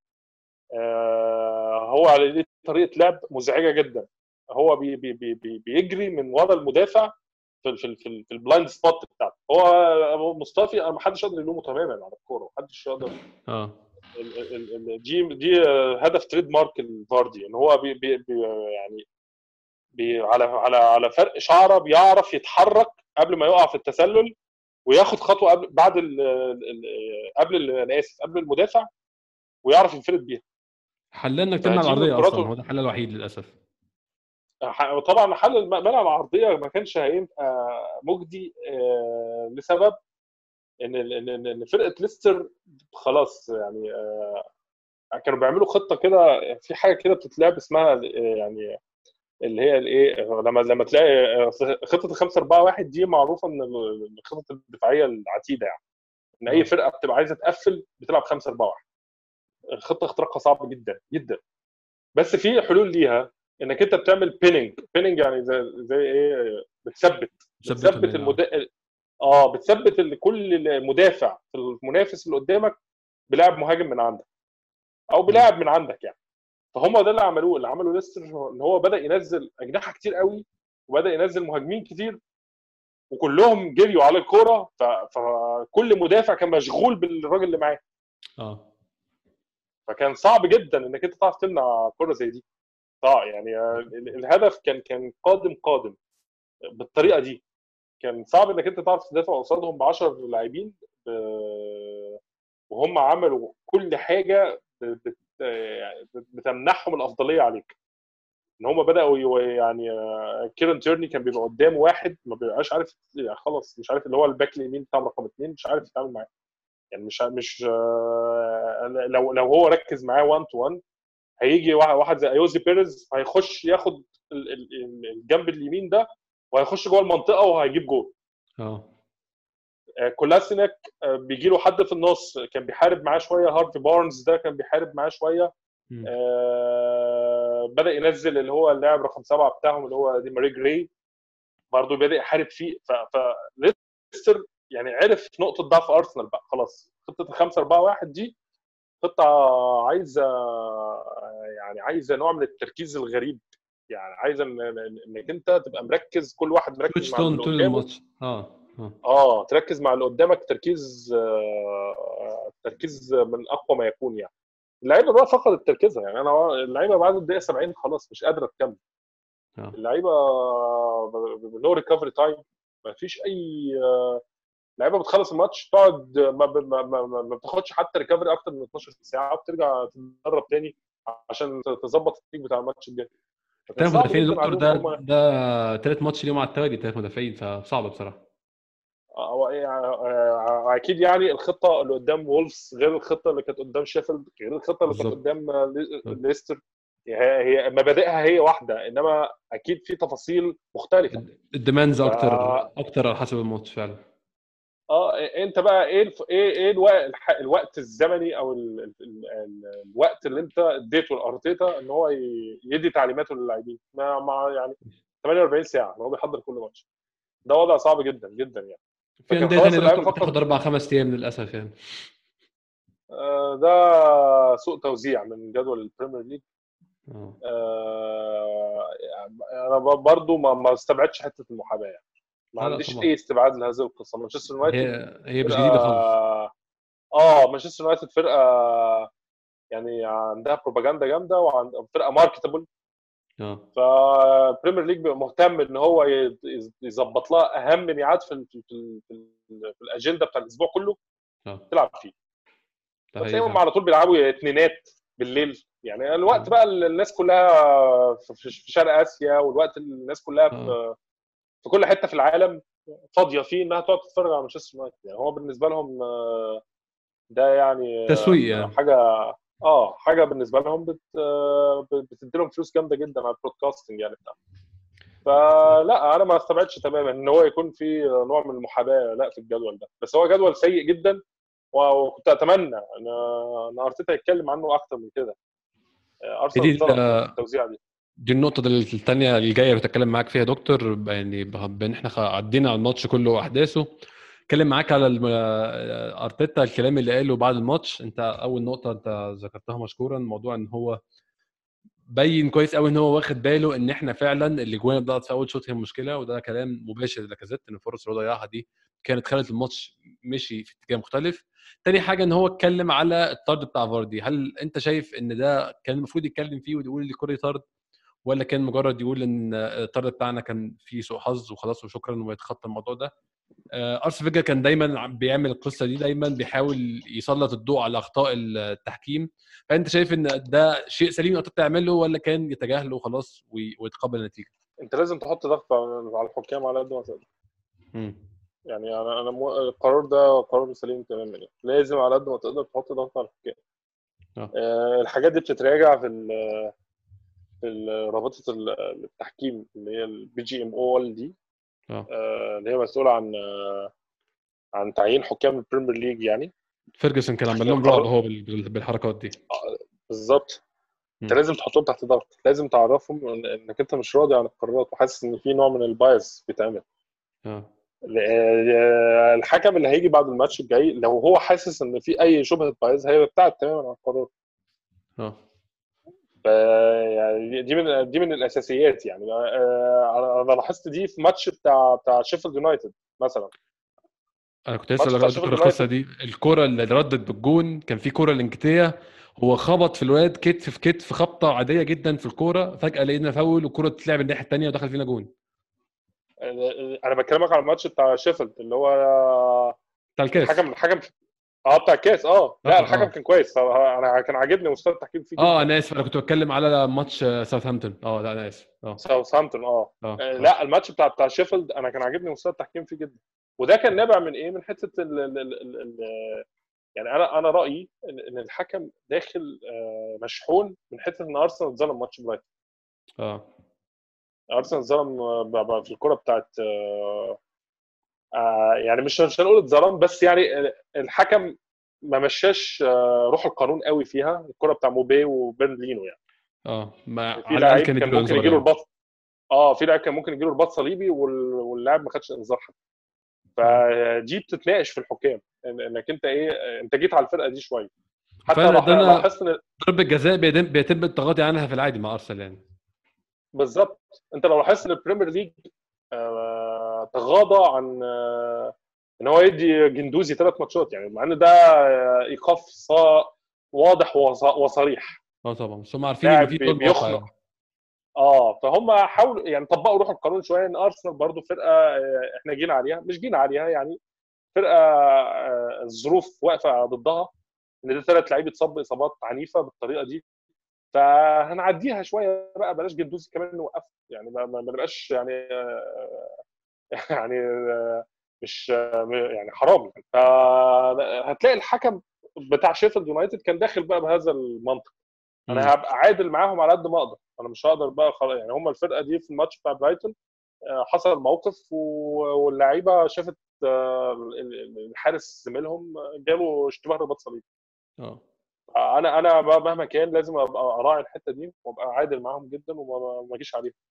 آه هو على ليه طريقه لعب مزعجه جدا. هو بي بي بي بي بيجري من ورا المدافع في ال في ال في, ال في البلايند سبوت بتاعته. هو أبو مصطفى ما حدش يقدر يلومه تماما على الكوره، ما حدش يقدر. اه ال- ال- ال- دي دي آه، هدف تريد مارك الفاردي، ان هو بي بي بي يعني بي على على على فرق شعره بيعرف يتحرك قبل ما يقع في التسلل، وياخد خطوه قبل بعد ال ال قبل ال- انا اسف قبل المدافع، ويعرف ينفرد بيها. حلال انك تمنع فدي من العرضيه اصلا، هو كراته. ده الحل الوحيد للاسف. ح- طبعا حل الم- منع العرضيه ما كانش هيبقى مجدي آه، لسبب ان ال- ان إن- إن فرقه ليستر خلاص يعني آه، كانوا بيعملوا خطه كده، في حاجه كده بتتلعب اسمها آه، يعني اللي هي الايه، لما لما تلاقي آه، خطه الخمسة أربعة واحد دي معروفه من ال- الخطط الدفاعيه العتيده، يعني ان اي اه فرقه بتبقى عايزه تقفل بتلعب خمسة أربعة واحد. الخطه اختراقها صعب جدا جدا، بس في حلول ليها. انك انت بتعمل بيننج بيننج يعني زي زي ايه، بتثبت ثبتهم بتثبت يعني اه المد... اه بتثبت ال- كل مدافع في المنافس اللي قدامك بلاعب مهاجم من عندك، او مم. بلاعب من عندك يعني. فهم ده اللي عملوه، اللي عملوا ليستر ان هو بدا ينزل اجنحه كتير قوي، وبدا ينزل مهاجمين كتير، وكلهم جريوا على الكوره، فكل مدافع كان مشغول بالراجل اللي معاه. اه فكان صعب جدا انك انت تعرف تمنع كوره زي دي. طبعا يعني الهدف كان كان قادم قادم بالطريقه دي. كان صعب انك انت تعرف تدافع قصادهم ب عشرة لاعبين وهم عملوا كل حاجه بتمنحهم الافضليه عليك. ان هم بداوا يعني كيرن تيرني كان بيبقى قدام واحد ما بيبقاش عارف يعني خلاص مش عارف اللي هو الباك اليمين بتاع رقم اثنين مش عارف يتعامل معاه. يعني مش مش لو لو هو ركز معاه واحد تو واحد هيجي واحد زي ايوزي بيريز هيخش ياخد الجنب اليمين ده وهيخش جوه المنطقه وهيجيب جول. اه كولاسينيك بيجي له حد في النص كان بيحارب معاه شويه. هارفي بارنز ده كان بيحارب معاه شويه. آه بدا ينزل اللي هو اللاعب رقم سبعه بتاعهم اللي هو دي ماري جراي برضه بدا يحارب فيه. فليستر يعني عرف نقطه ضعف ارسنال بقى خلاص. خطه ال خمسة أربعة واحد دي خطه عايزه يعني عايزه نوع من التركيز الغريب. يعني عايزه انك انت تبقى مركز كل واحد مركز مع اللي طول قدامه. الماتش اه اه اه تركز مع اللي قدامك تركيز آه تركيز من اقوى ما يكون. يعني اللعيبه بقى فقدت تركيزها. يعني انا اللعيبه بعد الدقيقه سبعين خلاص مش قادره تكمل. اه اللعيبه نو ريكفري تايم. ما فيش اي لعيبه بتخلص الماتش تقعد ما, ما, ما, ما بتاخدش حتى ريكفري اكتر من اتناشر ساعه وبترجع تتدرب تاني عشان تظبط التكتيك بتاع الماتش الجاي. فكان ثلاث صعب مدافعين يا جدا دكتور، عليهم ده ان هم ده ثلاث ماتش اليوم على التوالي، ثلاث مدافعين، فصعب بصراحه. هو اكيد يعني الخطه اللي قدام وولفز غير الخطه اللي كانت قدام شيفيلد غير الخطه اللي كانت بالظبط. قدام ليستر. هي هي مبادئها هي واحده انما اكيد في تفاصيل مختلفه. الديماندز ف... اكتر اكتر على حسب الماتش فعلا. اه انت بقى ايه الف... ايه ايه الوقت, الوقت الزمني او ال... ال... ال... الوقت اللي انت اديته لارتيتا ان هو ي... يدي تعليماته للاعبين مع... مع يعني ثمانية وأربعين ساعه هو بيحضر كل ماتش. ده وضع صعب جدا جدا يعني. في فكان انديه خلاص ثانيه اللعيبه دكتور بتاخد فقط اربع خمس ايام للاسف يعني. ده سوء توزيع من جدول البريمير ليج. اه آه انا برضو ما ما استبعدش حته المحاباه. يعني ما لا لا عنديش طبعا، اي استبعاد لهذه القصه. مانشستر يونايتد هي هي مش فرقه جديده خالص. اه مانشستر يونايتد فرقه يعني عندها بروباجندا جامده وعند فرقه ماركتبل. اه فبريمير ليج بيبقى مهتم ان هو يظبط لها اهم ميعاد في في في, في, في الاجنده بتاع الاسبوع كله اه تلعب فيه. ده حقيقي فتلاقيهم فعلا. على طول بيلعبوا اثنينات بالليل. يعني الوقت بقى الناس كلها في شرق اسيا والوقت الناس كلها اه في في كل حته في العالم فاضيه فيه انها تقعد تتفرج على مانشستر يونايتد. يعني هو بالنسبه لهم ده يعني تسويق يعني. حاجه اه حاجه بالنسبه لهم بت بتدي لهم فلوس جامده جدا على البرودكاستنج يعني بتاع. فلا انا ما استبعدش تماما ان هو يكون في نوع من المحاباه لا في الجدول ده. بس هو جدول سيء جدا وكنت اتمنى ان ان ارتيتا يتكلم عنه اكتر من كده. ارسنال دي اتظلم في التوزيعه دي. دي النقطة الثانية الجاية اللي بتكلم معاك فيها دكتور، يعني بان احنا عدينا على الماتش كله واحداثه. اتكلم معاك على ارتيتا الكلام اللي قاله بعد الماتش. انت اول نقطة انت ذكرتها مشكورا، موضوع ان هو بين كويس قوي ان هو واخد باله ان احنا فعلا الاجوان اللي ضاعت في اول شوط هي مشكلة، وده كلام مباشر لاكازيت ان الفرص اللي ضيعها دي كانت خلت الماتش مشي في اتجاه مختلف. تاني حاجة ان هو اتكلم على الطرد بتاع فاردي. هل انت شايف ان ده كان المفروض يتكلم فيه ويقول لي كوري طرد، ولا كان مجرد يقول ان الطرد بتاعنا كان فيه سوء حظ وخلاص وشكرا ويتخطى الموضوع ده؟ ارسنال فيجر كان دايما بيعمل القصه دي، دايما بيحاول يسلط الضوء على اخطاء التحكيم. فانت شايف ان ده شيء سليم انت تعمله ولا كان يتجاهله وخلاص ويتقبل النتيجه؟ انت لازم تحط ضغط على الحكام على قد ما تقدر. يعني انا انا مو... القرار ده قرار سليم تماما. يعني لازم على قد ما تقدر تحط ضغط على الحكام. آه الحاجات دي بتتراجع في ال في رابطه التحكيم اللي هي البي جي ام او دي آه اللي هي مسؤوله عن آه عن تعيين حكام البريمير ليج. يعني فيرجسون كان عمل لهم رعب هو بالحركات دي. آه بالظبط. انت لازم تحطهم تحت ضغط. لازم تعرفهم انك انت مش راضي عن القرارات وحاسس ان في نوع من البايس بيتعمل. اه الحكم اللي هيجي بعد الماتش الجاي لو هو حاسس ان في اي شبهه بايظ هيبقى بتاعت تماما عن القرار. اه يعني دي من دي من الاساسيات يعني. آه، انا لاحظت دي في ماتش بتاع بتاع شيفيلد يونايتد مثلا. انا كنت لسه ماتش اقول بتاع لك دكتور شيفيلد القصه يونايتد دي، الكره اللي ردت بالجون كان في كره لانكتيا، هو خبط في الواد كتف في كتف، خبطه عاديه جدا في الكوره، فجاه لقينا فاول والكره تتلعب الناحيه الثانيه ودخل فينا جون. آه، انا بكلمك على الماتش بتاع شيفيلد اللي هو بتاع الكاس. الحكم الحكم اه بتاع الكاس. اه اه لا الحكم اه كان كويس، انا كان عاجبني مستوى التحكيم فيه اه جدا. انا اسف، انا كنت بتكلم على ماتش آه، ساوثهامبتون. اه لا انا اسف. اه ساوثهامبتون اه. اه آه، اه لا الماتش بتاع بتاع شيفيلد انا كان عاجبني مستوى التحكيم فيه جدا. وده كان نابع من ايه؟ من حته ال ال ال ال ال يعني انا انا رايي ان إن الحكم داخل آه، مشحون من حته ان ارسنال اتظلم ماتش برايتون. اه ارسنال اتظلم آه، ب- ب- في الكره بتاعت آه، آه، يعني مش مش هنقول اتظلم، بس يعني آه، الحكم ما مشاش آه، روح القانون قوي فيها الكره بتاع موبي وبرنلينو يعني. اه ما في على الاقل لعيب كان كان يديله ممكن انذار يجي له يعني. رباط. اه في لاعب كان ممكن يجي له رباط صليبي وال- واللاعب ما خدش انذار حتى. اه فدي بتتناقش في الحكام إن- انك انت ايه، انت جيت على الفرقه دي شويه. حتى فانا لو ح- ده انا لاحظت ان ضربه جزاء بيتم بيتم التغاضي عنها في العادي مع ارسنال يعني. بالظبط. انت لو لاحظت ان البريمير ليج آه، تغاضى عن آه، ان هو يدي جندوزي ثلاث ماتشات، يعني مع ان ده آه، ايقاف صا- واضح وص- وصريح. اه طبعا، بس هم عارفين ان لاعب في بي- ظلم واقع بيخنق. يعني. اه فهم حاولوا يعني طبقوا روح القانون شويه. ان ارسنال برضو فرقه آه، احنا جينا عليها، مش جينا عليها يعني فرقه آه، الظروف واقفه ضدها، ان ده ثلاث لعيبه اتصاب اصابات عنيفه بالطريقه دي. فهنعديها شويه بقى، بلاش جندوزي كمان نوقفه يعني، ما ما ما نبقاش يعني آه، يعني آه، مش آه، يعني حرام يعني. فهتلاقي الحكم بتاع شيفيلد يونايتد كان داخل بقى بهذا المنطق. امم انا هبقى عادل معاهم على قد ما اقدر، انا مش هقدر بقى خلاص يعني. هم الفرقه دي في الماتش بتاع برايتون آه، حصل موقف و- واللعيبه شافت آه، ال- ال- الحارس زميلهم جاله اشتباه رباط صليبي. اه انا انا بقى مهما كان لازم ابقى اراعي الحته دي وابقى عادل معاهم جدا وما ما اجيش عليهم.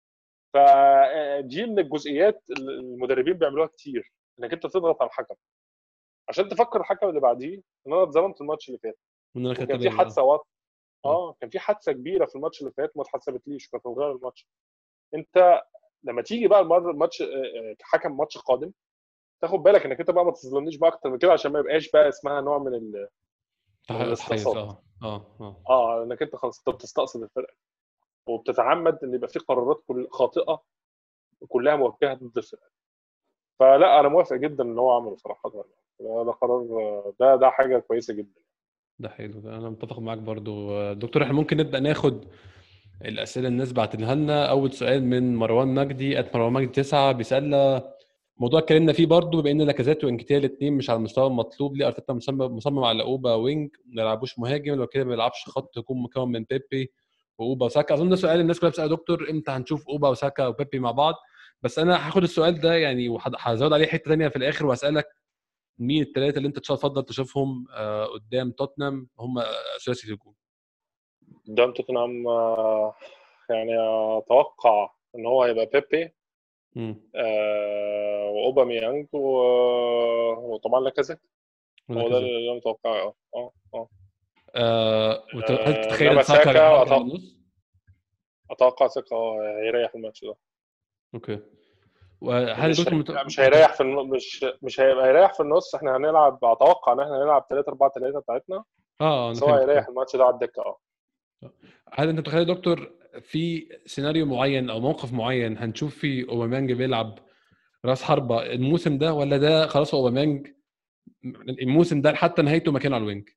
فدي من الجزئيات اللي المدربين بيعملوها كتير، انك انت تضغط على الحكم عشان تفكر الحكم اللي بعديه ان انا اتظلمت الماتش اللي فات. من انا خدت وكان في بالي. اه حادثه واضحه. اه اه كان في حادثه كبيره في الماتش اللي فات ما اتحسبتليش وكانت هتغير الماتش. انت لما تيجي بقى المره الماتش آه، آه، كحكم ماتش قادم تاخد بالك انك انت بقى ما تظلمنيش بقى اكتر من كده، عشان ما يبقاش بقى اسمها نوع من ال- من تح- تحيز. الاستقصاد. اه اه اه اه انك انت خلاص انت بتستقصد الفرقه وبتتعمد ان يبقى في قرارات كل خاطئه وكلها موجهه ضد الفرقه. فلا انا موافق جدا ان هو عمله صراحه يعني. ده ده قرار، ده ده حاجه كويسه جدا. ده حلو، ده انا متفق معاك برضو. آه، دكتور احنا ممكن نبدا ناخد الاسئله الناس بعتنها لنا. اول سؤال من مروان مجدي ات مروان مجدي تسعة، بيسالنا موضوع اتكلمنا فيه برضو، بما ان لاكازيت وانكيتيا الاثنين مش على المستوى المطلوب، ليه ارتيتا مصمم مصمم على اوبا وينج ما يلعبوش مهاجم؟ لو كده ما يلعبش خط يكون مكون من بيبي واوبا وساكا. اظن ده سؤال الناس كلها بتسال دكتور امتى هنشوف اوبا وساكا وبيبي مع بعض. بس انا هاخد السؤال ده يعني وهزود عليه حته ثانيه في الاخر واسالك مين الثلاثه اللي انت تفضل تشوفهم آه، قدام توتنهام هم ثلاثي الهجوم؟ قدام توتنهام آه، يعني اتوقع ان هو هيبقى بيبي امم آه، واوباميانج و- وطبعا لاكازيت. هو ده ولاكازيت. اللي انا متوقعه. اه اه آه وت- هل آه، تتخيل انما ساكا ساكا يرجع أتوقع للنص؟ اتوقع ساكا هيريح الماتش ده. اوكي. وهل يا مش دكتور هي... مت... لا، مش مت... هيريح في الن... مش مش هيبقى هيريح في النص. احنا هنلعب اتوقع ان احنا هنلعب ثلاثة أربعة ثلاثة بتاعتنا، اه انا بس هو فهمت هيريح فهمت. الماتش ده على الدكه. اه هل انت متخيل يا دكتور في سيناريو معين او موقف معين هنشوف فيه اوباميانج بيلعب راس حربة الموسم ده، ولا ده خلاص اوباميانج الموسم ده حتى نهايته مكانه على الوينج؟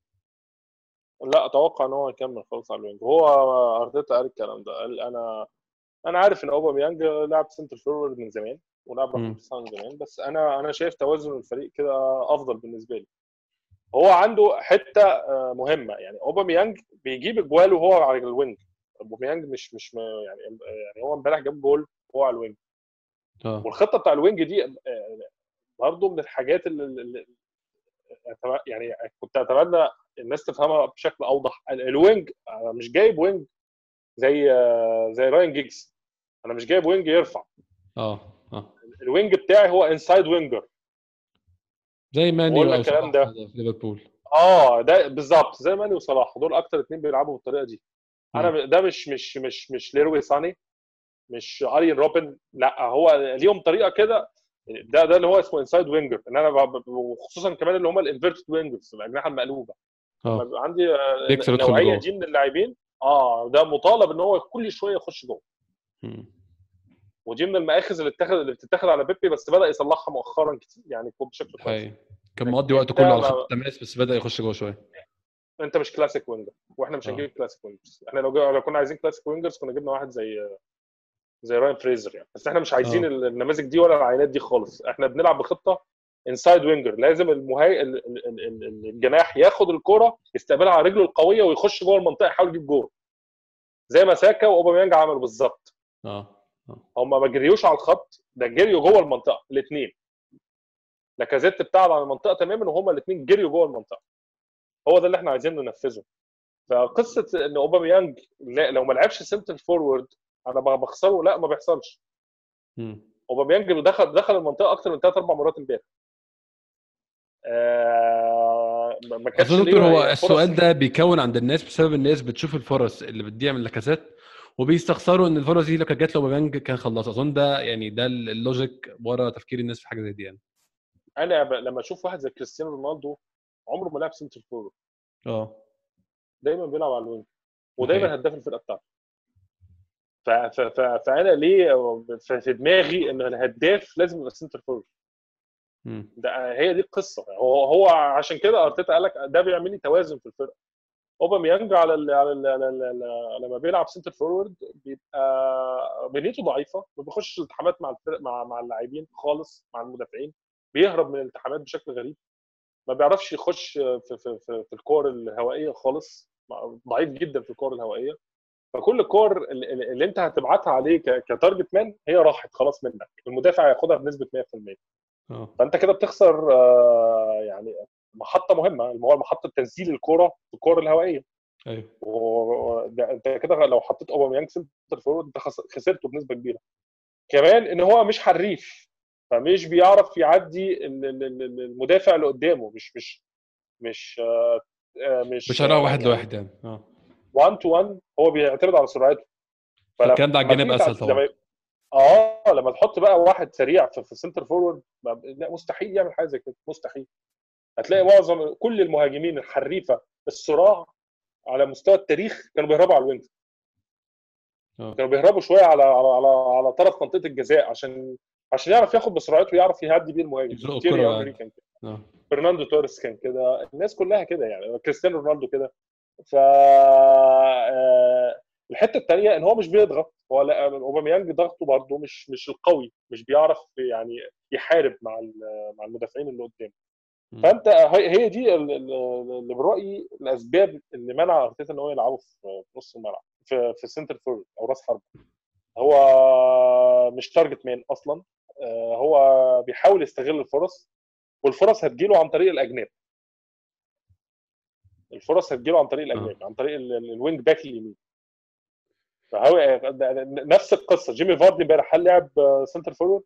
لا اتوقع ان هو يكمل خالص على الوينج. هو ارتيتا قال الكلام ده، قال انا انا عارف ان اوباميانج لعب سنتر فورورد من زمان ولعب رقم امم تسعة من زمان، بس انا انا شايف توازن الفريق كده افضل بالنسبه لي. هو عنده حته آه، مهمه يعني. اوباميانج بيجيب اجوال وهو على الوينج. اوباميانج مش مش م- يعني يعني هو امبارح جاب جول وهو على الوينج. اه والخطه بتاع الوينج دي آه، برضه من الحاجات اللي اللي- يعني كنت اتمنى الناس تفهمها بشكل اوضح. ال- الوينج أنا مش جايب وينج زي آه، زي راين جيجز. انا مش جايب وينج يرفع. اه اه الوينج بتاعي هو انسايد وينجر. زي ماني وقلنا او الكلام صلاح ده. في ليفربول. اه ده بالظبط زي ماني وصلاح، دول اكتر اتنين بيلعبوا بالطريقه دي. انا ده مش مش مش مش ليروي ساني، مش ارين روبن، لا هو ليهم طريقه كده. ده ده اللي هو اسمه انسايد وينجر، ان انا وخصوصا كمان اللي هم الانفيرتد وينجرز، الاجنحه المقلوبه. لما اه بيبقى عندي بيكسر يدخل النوعيه لجوه. دي من اللاعبين، اه ده مطالب ان هو كل شويه يخش جوه. ودي من المآخذ اللي اتخذ اللي بتتاخد على بيبي، بس بدا يصلحها مؤخرا كتير يعني بشكل كويس. كان مقضي وقته انت كله على ما... خط التماس، بس بدا يخش جوه شويه. انت مش كلاسيك وينجر، واحنا مش هنجيب كلاسيك وينجرز. احنا لو جا... لو كنا عايزين كلاسيك وينجرز كنا جبنا واحد زي زي راين فريزر يعني. بس احنا مش عايزين اه النماذج دي ولا العينات دي خالص. احنا بنلعب بخطه انسايد وينجر، لازم المهاجم ال- ال- ال- الجناح ياخد الكره يستقبلها على رجله القويه ويخش جوه المنطقه يحاول يجيب جول، زي ما ساكا واوباميانج عملوا بالظبط. اه اه هم ما جريوش على الخط، ده جريوا جوه المنطقه الاثنين. لاكازيت ابتعد عن المنطقه تماما وهما الاثنين جريوا جوه المنطقه. هو ده اللي احنا عايزين ننفذه. فقصه ان اوباميانج لا- لو ما لعبش سنتر فورورد انا بخسره، لا ما بيحصلش. مم. اوباميانج دخل دخل المنطقه اكتر من ثلاث اربع مرات امبارح. آه ما كانش اظن دكتور هو ليه فرص. السؤال ده بيكون عند الناس بسبب الناس بتشوف الفرص اللي بتضيع من لاكازيت وبيستخسروا ان الفرص دي لو كانت جات له اوباميانج كان خلص. اظن ده يعني ده اللوجيك ورا تفكير الناس في حاجه زي دي يعني. انا ب- لما اشوف واحد زي كريستيانو رونالدو عمره ما لعب سنتر فورورد، اه دايما بيلعب على الوينج، ده ودايما حقيقي. هداف الفرقه بتاعته. ف- ف- ف- فانا ليه ف- في دماغي ان الهداف لازم يبقى سنتر فورورد. مم. ده هي دي القصه. هو هو عشان كده ارتيتا قال لك ده بيعمل لي توازن في الفرقه. اوباميانج على ال على ال على ال لما بيلعب سنتر فورورد بيبقى بنيته ضعيفه، ما بيخش التحامات مع الفرق مع مع اللاعبين خالص، مع المدافعين بيهرب من الالتحامات بشكل غريب، ما بيعرفش يخش في في في, في الكور الهوائيه خالص، ضعيف جدا في الكور الهوائيه. فكل الكور اللي, اللي انت هتبعتها عليه ك- كتارجت مان هي راحت خلاص منك، المدافع هياخدها بنسبه مية في المية. اه فانت كده بتخسر آه، يعني محطه مهمه، اللي هو محطه تنزيل الكره في الكور الهوائيه. ايوه وده انت كده لو حطيت اوباميانج سنتر فورورد انت خس- خسرته بنسبه كبيره. كمان ان هو مش حريف، فمش بيعرف يعدي ال- ال- ال- المدافع اللي قدامه، مش مش مش آه، آه، مش مش هنروح آه، واحد يعني لواحد يعني. اه واحد تو واحد، هو بيعتمد على سرعته. فالكلام ده على فلما الجانب تيجي اسهل تعد... طبعا. لما اه لما تحط بقى واحد سريع في, في السنتر فورورد، ما- لا مستحيل يعمل حاجه زي كده، مستحيل. هتلاقي معظم كل المهاجمين الحريفه الصراع على مستوى التاريخ كانوا بيهربوا على الوينج، اه كانوا بيهربوا شويه على على على على طرف منطقه الجزاء عشان عشان يعرف ياخد بسرعته ويعرف يهدي بيه المهاجم. يزرقوا الكرة تيري اونري ويعدي. كان كده، اه فرناندو توريس كان كده، الناس كلها كده يعني، كريستيانو رونالدو كده. ف آه، الحته الثانيه ان هو مش بيضغط. هو لا، اوباميانج ضغطه برضه مش مش القوي، مش بيعرف يعني يحارب مع ال- مع المدافعين اللي قدامه. مم. فانت هي هي دي ال- ال- اللي برايي الاسباب اللي منع ارتيتا ان هو يلعبه في في نص الملعب، في في سنتر فورد او راس حرب. هو مش تارجت مان اصلا. آه، هو بيحاول يستغل الفرص، والفرص هتجيله عن طريق الاجناب. الفرص هتجيله عن طريق اه الاجناب، عن طريق ال- ال- الوينج باك اليمين. فهو نفس القصه. جيمي فاردي امبارح هل لعب سنتر فورورد؟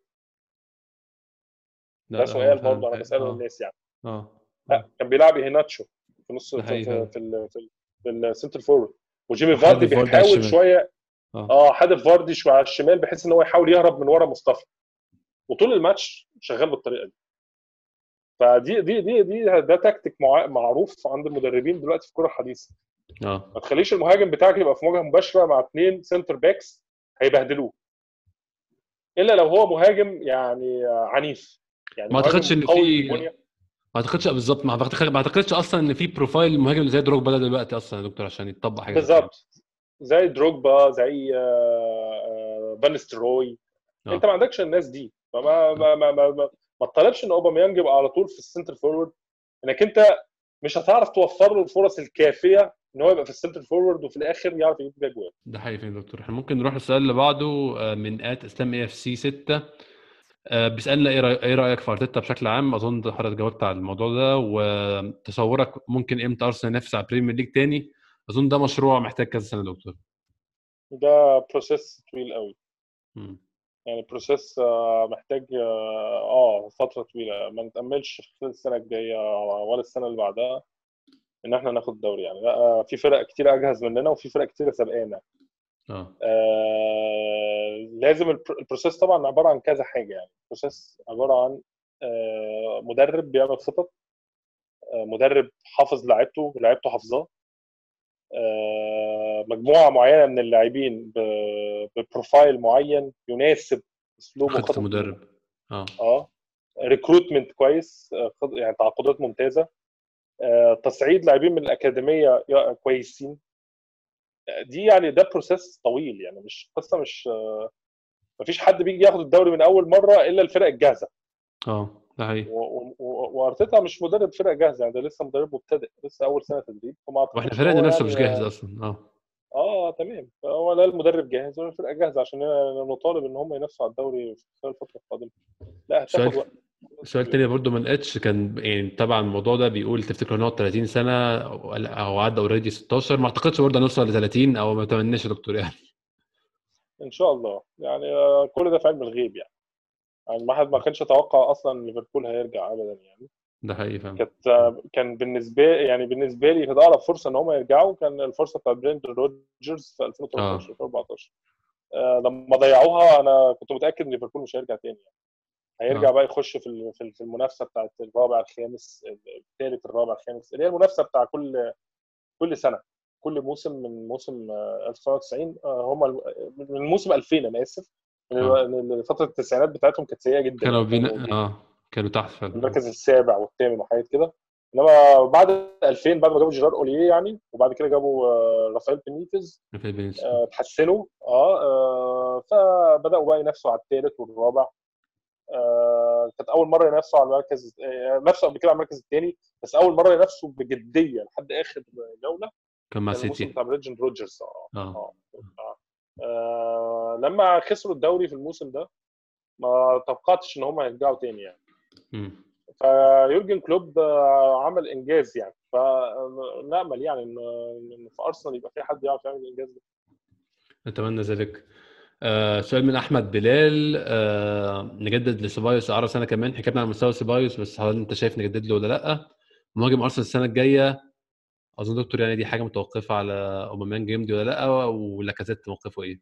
لا ده ده هو سؤال فعلا برضه انا حقيقي. بساله اه للناس يعني. اه لا، اه كان بيلعب هيناتشو في نص ده في حقيقي في فعلا. في, ال- في, ال- في السنتر فورورد. وجيمي فاردي وحد فولد على بيحاول الشمال. شويه اه اه حادف فاردي شويه على الشمال بحيث ان هو يحاول يهرب من ورا مصطفى، وطول الماتش شغال بالطريقه دي. فدي دي دي دي ده تكتيك مع- معروف عند المدربين دلوقتي في الكره الحديثه. اه ما تخليش المهاجم بتاعك يبقى في مواجهه مباشره مع اثنين سنتر باكس هيبهدلوه، الا لو هو مهاجم يعني عنيف، يعني ما اعتقدش مهاجم ان قوي في البنيه. ما اعتقدش بالظبط ما اعتقدش ما اعتقدش اصلا ان في بروفايل المهاجم اللي زي دروجبا ده دلوقتي اصلا يا دكتور عشان يتطبق حاجه زي كده يعني. بالظبط، زي دروجبا، زي آه، آه، فان ستروي. انت اه ما عندكش الناس دي، فما اه ما ما ما, ما, ما تطلبش ان اوباميانج يبقى على طول في السنتر فورورد، انك انت مش هتعرف توفر له الفرص الكافيه ان هو يبقى في السنتر فورورد وفي الاخر يعرف يجيب فيها جوال. ده حقيقي يا دكتور. احنا ممكن نروح للسؤال اللي بعده. آه، من ات اسلام اي اف سي ستة. آه، بيسالنا ايه رأي- ايه رايك في ارتيتا بشكل عام. اظن حضرتك جاوبت على الموضوع ده، وتصورك ممكن امتى ارسنال ينافس على البريمير ليج تاني. اظن ده مشروع محتاج كذا سنه يا دكتور. ده بروسيس طويل قوي، مم. يعني بروسيس آه، محتاج اه آه، فتره طويله، ما نتاملش خلال السنه الجايه ولا السنه اللي بعدها. ان احنا ناخد الدوري يعني. لا في فرق كتير اجهز مننا وفي فرق كتير سابقانا. اه آه لازم البر- البروسيس طبعا عباره عن كذا حاجه يعني. البروسيس عباره عن آه مدرب بيعمل خطط، آه مدرب حافظ لعيبته ولعيبته حافظاه، آه مجموعه معينه من اللاعبين ب- ببروفايل معين يناسب اسلوب خطه وخطط. المدرب. اه اه ريكروتمنت كويس، آه، خد- يعني تعاقدات ممتازه، آه، تصعيد لاعبين من الاكاديميه يا- كويسين. آه، دي يعني ده بروسيس طويل يعني، مش قصه، مش مفيش حد بيجي ياخد الدوري من اول مره الا الفرق الجاهزه. اه ده حقيقي. و- و- و- وارتيتا مش مدرب فرق جاهزه يعني، ده لسه مدرب مبتدئ، لسه اول سنه تدريب، وما واحنا اعتقدش ان فرقنا هو نفسه مش يعني. جاهز اصلا. اه اه تمام، فهو لا المدرب جاهز ولا الفرقه جاهزه عشان نطالب ان هم ينافسوا على الدوري في خلال الفتره القادمه. لا سؤال هتاخد وقت. سؤال تاني برضو ما لقيتش كان يعني طبعا الموضوع ده بيقول تفتكر ان هو ثلاثين سنه او أو عدى اوريدي ستاشر؟ ما اعتقدش برضه هنوصل ل ثلاثين او ما اتمناش يا دكتور يعني. ان شاء الله يعني، آه، كل ده في علم الغيب يعني. يعني ما حد ما كانش يتوقع اصلا ليفربول هيرجع ابدا يعني. ده حقيقي فعلا. كانت كان بالنسبه يعني بالنسبه لي كانت اقرب فرصه ان هم يرجعوا كان الفرصه بتاعت بريندن روجرز في ألفين وتلتاشر اه ألفين وأربعتاشر. آه لما ضيعوها انا كنت متاكد ان ليفربول مش هيرجع تاني يعني. هيرجع اه بقى يخش في ال- في في المنافسه بتاعت الرابع الخامس الثالث الرابع الخامس، اللي هي المنافسه بتاع كل كل سنه، كل موسم من موسم آه، ألف وتسعمية وتسعين. آه، هم ال- من موسم ألفين انا اسف. اه لأن فتره التسعينات بتاعتهم كانت سيئه جدا كانوا يعني، بينا كانوا اه كانوا تحت فعلا. اه المركز السابع والثامن وحاجات كده. انما بعد ألفين، بعد ما جابوا جيرار اولييه يعني، وبعد كده جابوا آه، رافائيل بينيتز، في بينيس. آه، اتحسنوا. اه آه، فبداوا بقى ينافسوا على الثالث والرابع. آه، كانت اول مره ينافسوا على المركز، آه، نفسوا قبل كده على المركز الثاني، بس اول مره ينافسوا بجديه لحد اخر جوله كان مع كان الموسم سيتي. بتاع بريدجن روجرز. اه اه اه آه. آه، لما خسروا الدوري في الموسم ده ما توقعتش ان هم هيرجعوا تاني يعني. امم فيورجن كلوب آه، عمل انجاز يعني، فنامل يعني ان إن في ارسنال يبقى في حد يعرف يعمل الانجاز ده. اتمنى ذلك. آه سؤال من احمد بلال. آه نجدد لسيبايوس اعاره سنه كمان؟ حكينا على مستوى سيبايوس، بس هل انت شايف نجدد له ولا لا؟ مهاجم ارسنال السنه الجايه اظن دكتور يعني دي حاجه متوقفه على اوباميانج يمضي ولا لا، ولاكازيت موقفه ايه؟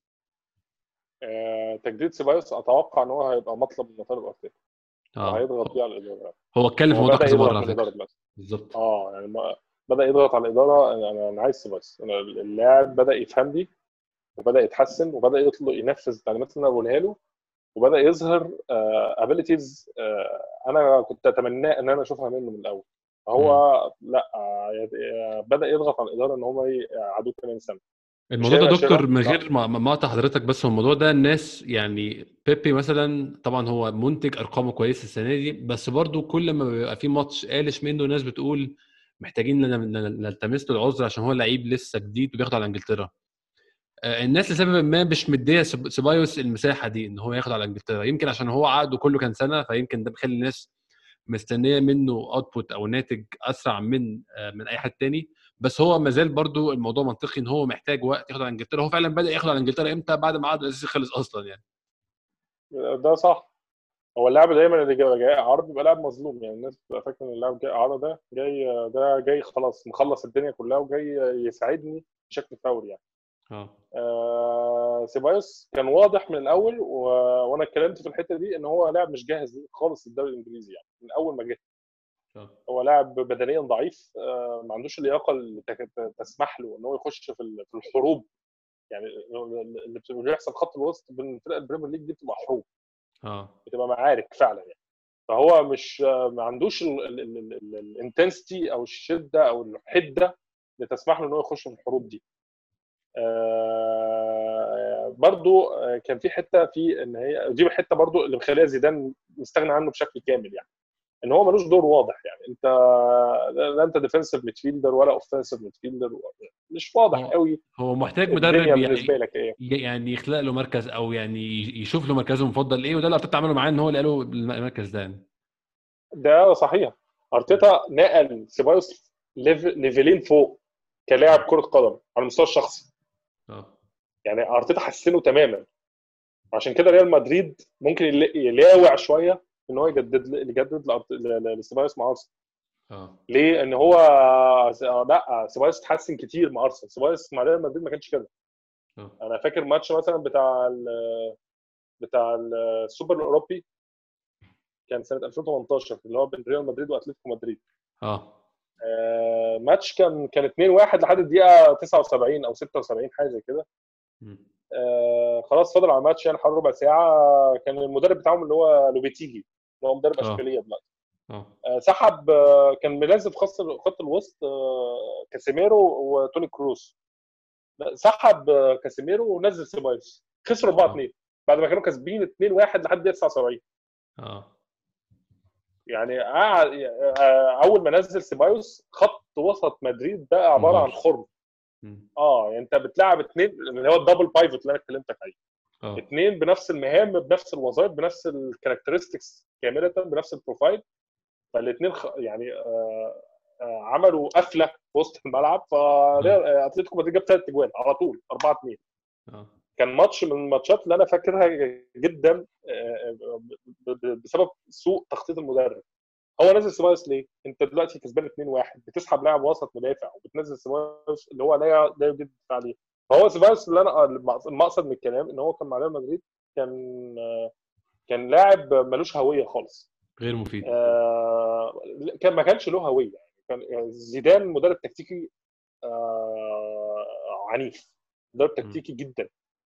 آه، تجديد سيبايوس اتوقع ان هو هيبقى مطلب من مطالب ارتيتا اه وهيضغط بيه على الاداره. هو اتكلم في هو الموضوع بدا كذا مره يضغط على على الاداره فكره. دلوقتي. بالظبط. اه يعني ما بدا يضغط على الاداره. انا انا عايز سيبايوس، أنا اللاعب بدا يفهم لي وبدا يتحسن وبدا يطلق ينفذ التعليمات اللي انا بقولها له، وبدا يظهر ابيليتيز انا كنت اتمنى ان انا اشوفها منه من الاول. فهو مم. لا آه، آه، بدا يضغط على الاداره ان هم يقعدوه كمان سنه. مش الموضوع ده هيبقى دكتور شراء، من لا. غير ما ما اقطع حضرتك، بس هو الموضوع ده الناس يعني بيبي مثلا طبعا هو منتج ارقامه كويسه السنه دي، بس برضو كل ما بيبقى في ماتش قالش منه الناس بتقول محتاجين نل- نل- نلتمس له العذر عشان هو لعيب لسه جديد وبياخد على انجلترا. آه، الناس لسبب ما مش مديه سب- سيبايوس المساحه دي ان هو ياخد على انجلترا، يمكن عشان هو عقده كله كان سنه، فيمكن ده بيخلي الناس مستنيه منه اوتبوت او ناتج اسرع من آه، من اي حد تاني. بس هو ما زال برضو الموضوع منطقي ان هو محتاج وقت ياخد على انجلترا. هو فعلا بدا ياخد على انجلترا امتى؟ بعد ما عقده الاساسي خلص اصلا يعني. ده صح. هو اللاعب دايما اللي جاي جاي اعاره بيبقى لاعب مظلوم يعني. الناس بتبقى فاكره ان اللاعب جاي اعاره ده جاي ده جاي خلاص مخلص الدنيا كلها وجاي يساعدني بشكل فوري يعني. اه آه سيبايوس كان واضح من الاول و... وانا اتكلمت في الحته دي ان هو لاعب مش جاهز خالص للدوري الانجليزي يعني من اول ما جه. اه هو لاعب بدنيا ضعيف، آه ما عندوش اللياقه اللي تك- تسمح له ان هو يخش في ال- في الحروب يعني. اللي بيحصل خط الوسط بين فرق البريمير ليج دي بتبقى حروب، اه بتبقى معارك فعلا يعني. فهو مش ما عندوش الانتنسيتي او الشده او الحده اللي تسمح له ان هو يخش في الحروب دي. آه، برضو آه، كان في حته في ان هي دي حته برضو اللي مخليها زيدان مستغني عنه بشكل كامل يعني، ان هو ملوش دور واضح يعني. انت لا انت ديفensive ميدفيلدر ولا اوفنسيف ميدفيلدر، مش واضح هو قوي هو محتاج الدنيا مدرب بالنسبه يعني لك ايه. يعني يخلق له مركز او يعني يشوف له مركزه المفضل ايه، وده اللي ارتيتا عمله معاه ان هو اللي قاله المركز ده يعني. ده صحيح. ارتيتا نقل سيبايوس ليف- ليفلين فوق كلاعب كره قدم على المستوى الشخصي اه يعني. ارتيتا حسنه تماما. عشان كده ريال مدريد ممكن يلا- يلاوع شويه ان هو يجدد يجدد لأرت- ل- ل- لسيبايوس مع ارسنال. اه ليه؟ ان هو لا سيبايوس اتحسن كتير مع ارسنال. سيبايوس مع ريال مدريد ما كانش كده. اه انا فاكر ماتش مثلا بتاع ال بتاع السوبر الاوروبي كان سنه ألفين وتمنتاشر اللي هو بين ريال مدريد واتلتيكو مدريد. اه آه، ماتش كان كان اتنين واحد لحد الدقيقه تسعة وسبعين او ستة وسبعين حاجه زي كده. مم. آه، خلاص فاضل على الماتش يعني حوالي ربع ساعه. كان المدرب بتاعهم اللي هو لوبيتيجي اللي هو مدرب اه اشبيليه دلوقتي اه آه، سحب. آه، كان منزل في خط خط الوسط آه، كاسيميرو وتوني كروس. سحب آه، كاسيميرو ونزل سيبايوس. خسروا أربعة اتنين بعد ما كانوا كاسبين اتنين واحد لحد الدقيقه تسعة وسبعين. اه يعني قعد آه، اول ما نزل سيبايوس خط وسط مدريد بقى عباره عن انهار. خرم. مم. اه يعني انت بتلعب اتنين اللي هو الدبل بايفوت اللي انا كلمتك عليه. اه اتنين بنفس المهام بنفس الوظائف بنفس الكاركترستكس كامله بنفس البروفايل. فالاثنين خ... يعني آه آه عملوا قفله في وسط الملعب. اه فاتلتيكو مدريد جاب ثلاث اجوان على طول أربعة اتنين. اه كان ماتش من الماتشات اللي انا فاكرها جدا آه، ب- ب- بسبب سوء تخطيط المدرب. هو نزل سيبايوس ليه؟ انت دلوقتي كسبان اتنين واحد بتسحب لاعب وسط مدافع وبتنزل سيبايوس اللي هو لا لا يوجد دفاع عليه. فهو سيبايوس اللي انا المقصد من الكلام ان هو كان مع ريال مدريد كان كان لاعب ملوش هويه خالص. غير مفيد. آه، كان ما كانش له هويه يعني. كان يعني زيدان مدرب تكتيكي آه، عنيف. مدرب مم. تكتيكي جدا.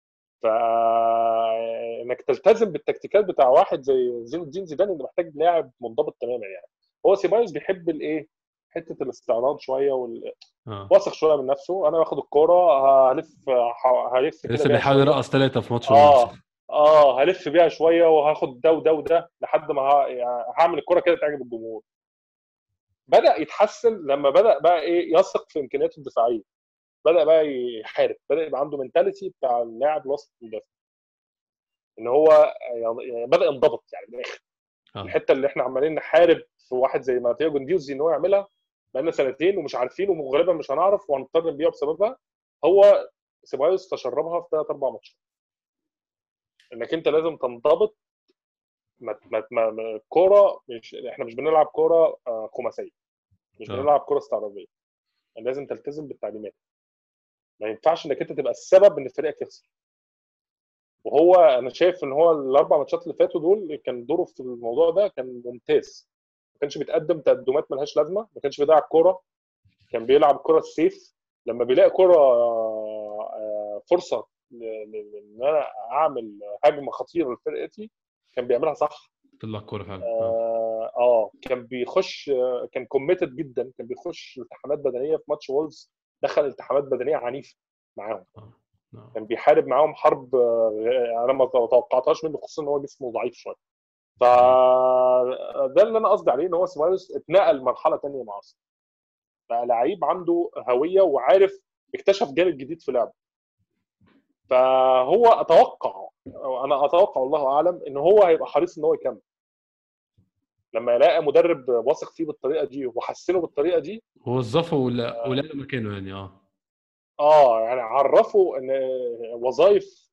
فانك تلتزم بالتكتيكات بتاع واحد زي زين الدين زيدان اللي محتاج لاعب منضبط تماما يعني. هو سيبايوس بيحب الايه حته الاستعراض شويه وال- اه واثق شويه من نفسه. انا باخد الكوره هلف هلف كده لسه بيها بيحاول شويه. يرقص ثلاثة في ماتش وولز. اه اه هلف بيها شويه وهاخد ده وده وده لحد ما ه- يعني هعمل الكوره كده تعجب الجمهور. بدا يتحسن لما بدا بقى ايه يثق في امكانياته الدفاعيه. بدا بقى يحارب. بدا يبقى عنده منتاليتي بتاع اللاعب الوسط المدافع ان هو يعني بدا ينضبط يعني من الاخر. اه الحته اللي احنا عمالين نحارب في واحد زي ماتيو جونديوزي ان هو يعملها بقالنا سنتين ومش عارفين وغالبا مش هنعرف وهنضطر نبيعه بسببها. هو سيبايوس تشربها في ثلاث اربع ماتشات. انك انت لازم تنضبط. ما ما ما ما- الكوره مش احنا مش بنلعب كوره آه، خماسيه. مش اه بنلعب كوره استعراضيه. يعني لازم تلتزم بالتعليمات. ما ينفعش انك انت تبقى السبب ان فريقك يخسر. وهو انا شايف ان هو الاربع ماتشات اللي فاتوا دول كان دوره في الموضوع ده كان ممتاز. ما كانش بيتقدم تقدمات ملهاش لازمه. ما كانش بيضيع الكوره. كان بيلعب الكره السيف. لما بيلاقي كره آه، فرصه ل- ل- ان انا اعمل هجمه خطيره لفرقتي كان بيعملها صح. طلع الكورة فعلا. اه اه آه، كان بيخش آه، كان كوميتد جدا. كان بيخش التحامات بدنيه في ماتش وولز. دخل التحامات بدنيه عنيفه معاهم. اه اه كان بيحارب معاهم حرب آه، انا ما توقعتهاش منه خصوصا ان هو جسمه ضعيف شويه. مم. فده اللي انا قصدي عليه ان هو سيبايوس اتنقل مرحله ثانيه مع ارسنال. بقى لعيب عنده هويه وعارف اكتشف جانب جديد في لعبه. فهو اتوقع أو انا اتوقع الله اعلم ان هو هيبقى حريص ان هو يكمل لما يلاقي مدرب واثق فيه بالطريقه دي وحسنه بالطريقه دي. وظفه ولا ولا مكانه يعني. اه اه يعني عرفوا ان وظائف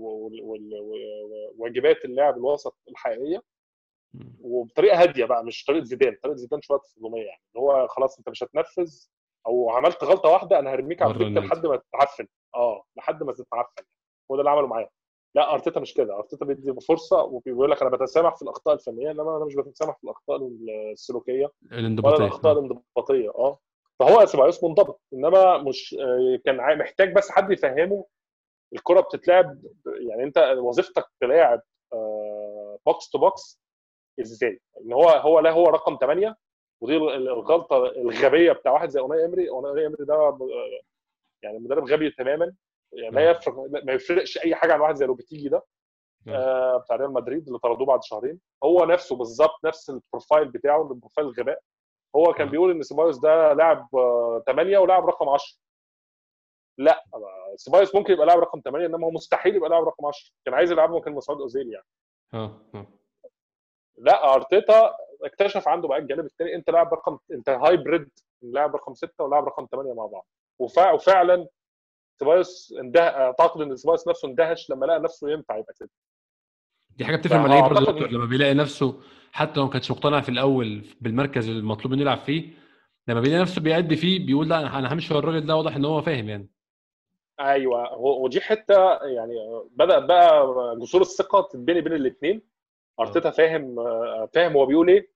وواجبات اللاعب الوسط الحقيقيه مم. وبطريقه هاديه بقى مش طريقه زيدان. طريقه زيدان شويه تصميميه يعني اللي هو خلاص انت مش هتنفذ او عملت غلطه واحده انا هرميك على بره الدكه النادي. لحد ما تتعفن. اه لحد ما تتعفن. هو ده اللي عمله معايا. لا ارتيتا مش كده. ارتيتا بيدي فرصه وبيقول لك انا بتسامح في الاخطاء الفنيه انما انا مش بتسامح في الاخطاء السلوكيه ولا الانضباطية. الاخطاء اه الانضباطيه. اه فهو سيبايوس منضبط انما مش آه، كان عاي- محتاج بس حد يفهمه الكره بتتلعب. يعني انت وظيفتك كلاعب بوكس تو بوكس ازاي. ان هو هو لا هو رقم ثمانية. ودي الغلطه الغبيه بتاع واحد زي اوناي امري. اوناي امري ده يعني مدرب غبي تماما. يعني لا اه يفرق ما يفرقش اي حاجه عن واحد زي لوبيتيجي ده اه آه، بتاع ريال مدريد اللي طردوه بعد شهرين. هو نفسه بالظبط نفس البروفايل بتاعه البروفايل الغباء. هو كان اه بيقول ان سيبايوس ده لاعب ثمانية ولاعب رقم عشرة. لا سيبايوس ممكن يبقى لاعب رقم ثمانية انما هو مستحيل يبقى لاعب رقم عشرة. كان عايز يلعبه مكان مسعود اوزيل يعني. اه اه لا ارتيتا اكتشف عنده بقى الجانب الثاني. انت لاعب رقم انت هايبريد لاعب رقم ستة ولاعب رقم ثمانية مع بعض. وفع... وفعلا سيبايوس انده... اعتقد ان سيبايوس نفسه اندهش لما لقى نفسه ينفع يبقى كده. دي حاجه بتفرق مع اللعيب برضه فاعتقد دكتور، لما بيلاقي نفسه حتى لو ما كانش مقتنع في الاول بالمركز المطلوب منه يلعب فيه، لما بيلاقي نفسه بيأدي فيه بيقول لا انا أنا همشي ورا الراجل ده، واضح ان هو فاهم يعني. ايوه، هو- ودي حته يعني بدات بقى جسور الثقه تتبني بين الاثنين. اه ارتيتا فاهم فاهم هو بيقول ايه،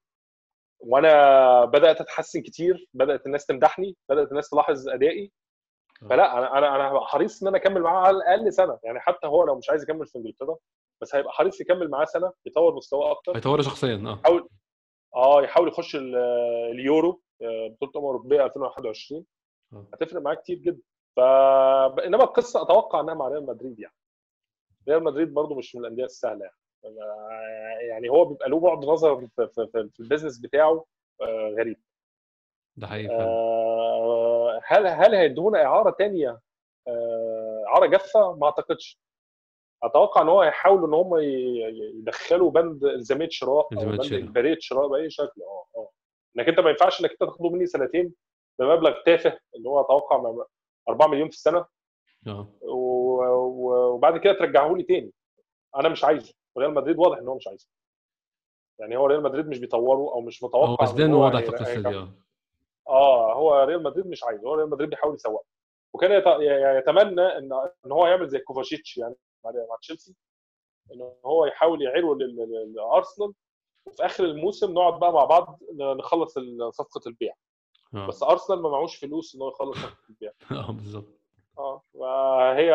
وانا بدات اتحسن كتير، بدات الناس تمدحني، بدات الناس تلاحظ ادائي. اه فلا انا انا انا هبقى حريص ان انا اكمل معاه على الاقل سنه يعني، حتى هو لو مش عايز يكمل في انجلترا بس هيبقى حريص يكمل معاه سنه يطور مستواه اكتر. هيطوره شخصيا اه. يحاول اه يحاول يخش ال- اليورو، آه، بطوله الامم الاوروبيه ألفين وواحد وعشرين. اه هتفرق معاه كتير جدا. ف انما القصه اتوقع انها مع ريال مدريد يعني. ريال مدريد برضو مش من الانديه السهله يعني. آه، يعني هو بيبقى له بعد نظر في, في, في, في البيزنس بتاعه آه، غريب. ده حقيقي فعلا. آه، هل هل هيدونا اعاره تانية، آه، اعاره جافه؟ ما اعتقدش. اتوقع ان هو هيحاولوا ان هم ي- يدخلوا بند الزاميه شراء او الزمالك بند شيله. اجباريه شراء باي شكل. اه اه انك انت ما ينفعش انك انت تاخده مني سنتين بمبلغ تافه اللي هو اتوقع أربعة مليون في السنه، اه و- و- وبعد كده ترجعه لي تاني. انا مش عايزه، وريال مدريد واضح ان هو مش عايزه. يعني هو ريال مدريد مش بيطوره او مش هو متوقع ان زدان هو واضح في هي... القصه دي هيكمل. اه. اه هو ريال مدريد مش عايزه، هو ريال مدريد بيحاول يسوق. وكان يت... يتمنى ان ان هو يعمل زي كوفاشيتش يعني مع مع تشيلسي، ان هو يحاول يعيره لل- لل- لارسنال، وفي اخر الموسم نقعد بقى مع بعض نخلص ال- صفقه البيع. اه بس ارسنال ما معهوش فلوس ان هو يخلص صفقه البيع. اه بالظبط. اه فهي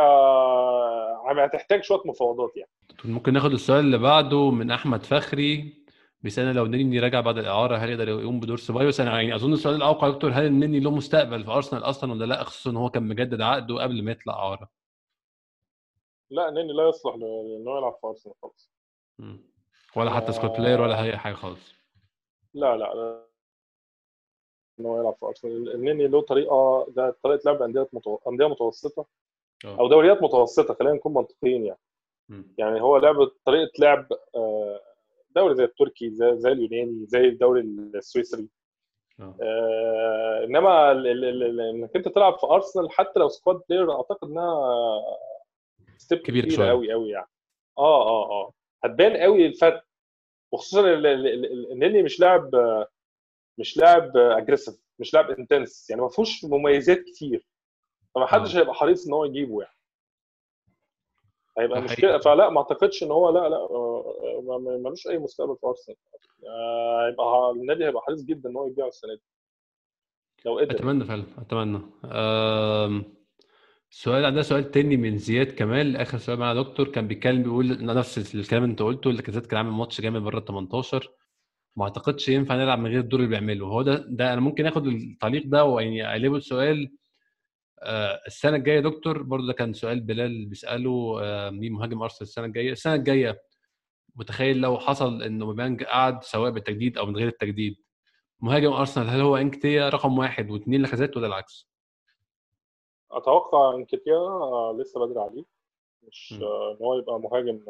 عم هتحتاج شويه مفاوضات يعني. ممكن ناخد السؤال اللي بعده من احمد فخري، بيسألنا لو النني راجع بعد الاعاره هل يقدر يقوم بدور سيبايوس؟ انا يعني اظن السؤال الاوقع يا دكتور، هل النني له مستقبل في ارسنال اصلا ولا لا، خصوصا ان هو كان مجدد عقده قبل ما يطلع اعاره. لا نني لا يصلح ل- ان هو يلعب في ارسنال خالص. مم. ولا حتى سكوت بلاير ولا ما اي حاجه خالص. لا لا لا ان هو يلعب في ارسنال. النني له طريقه، ده طريقه لعب انديه متو... انديه متوسطه اه او دوريات متوسطه، خلينا نكون منطقيين يعني. مم. يعني هو لعب طريقه لعب آه، دوري زي التركي، زي, زي اليوناني، زي الدوري السويسري. اه آه، انما ال- ال- ال- ال- انك انت تلعب في ارسنال حتى لو سكواد بلاير، اعتقد انها ستيب كبيره كبيره شويه. قوي قوي يعني. اه اه اه هتبان قوي الفرق. وخصوصا ال- ال- ال- ال- النني مش لاعب مش لاعب اجريسيف، مش لاعب انتنس يعني، ما فيهوش مميزات كتير. فما اه حدش هيبقى حريص ان هو يجيبه يعني. هيبقى ده مشكله. حقيقي. فلا ما اعتقدش ان هو لا لا آه، ما- ما- ملوش اي مستقبل في ارسنال. آه، هيبقى النادي هيبقى حريص جدا ان هو يبيعه السنه دي لو قدر يعني. اتمنى فعلا اتمنى. أم... سؤال عندنا سؤال تاني من زياد كمال، اخر سؤال معانا يا دكتور، كان بيتكلم بيقول نفس الكلام اللي انت قلته، اللي كان كان عامل ماتش جامد بره ال تمنتاشر، ما اعتقدش ينفع نلعب من غير الدور اللي بيعمله هو ده. ده انا ممكن اخد التعليق ده ويعني اقلبه السؤال. آه السنه الجايه يا دكتور برضه، ده كان سؤال بلال بيساله، آه مين مهاجم ارسنال السنه الجايه؟ السنه الجايه متخيل لو حصل انه اوباميانج قعد سواء بالتجديد او من غير التجديد، مهاجم ارسنال هل هو انكتيا رقم واحد واثنين لاكازيت ولا العكس؟ اتوقع انكيتيا آه، لسه بدري عليه. مش مم. آه، ان هو يبقى مهاجم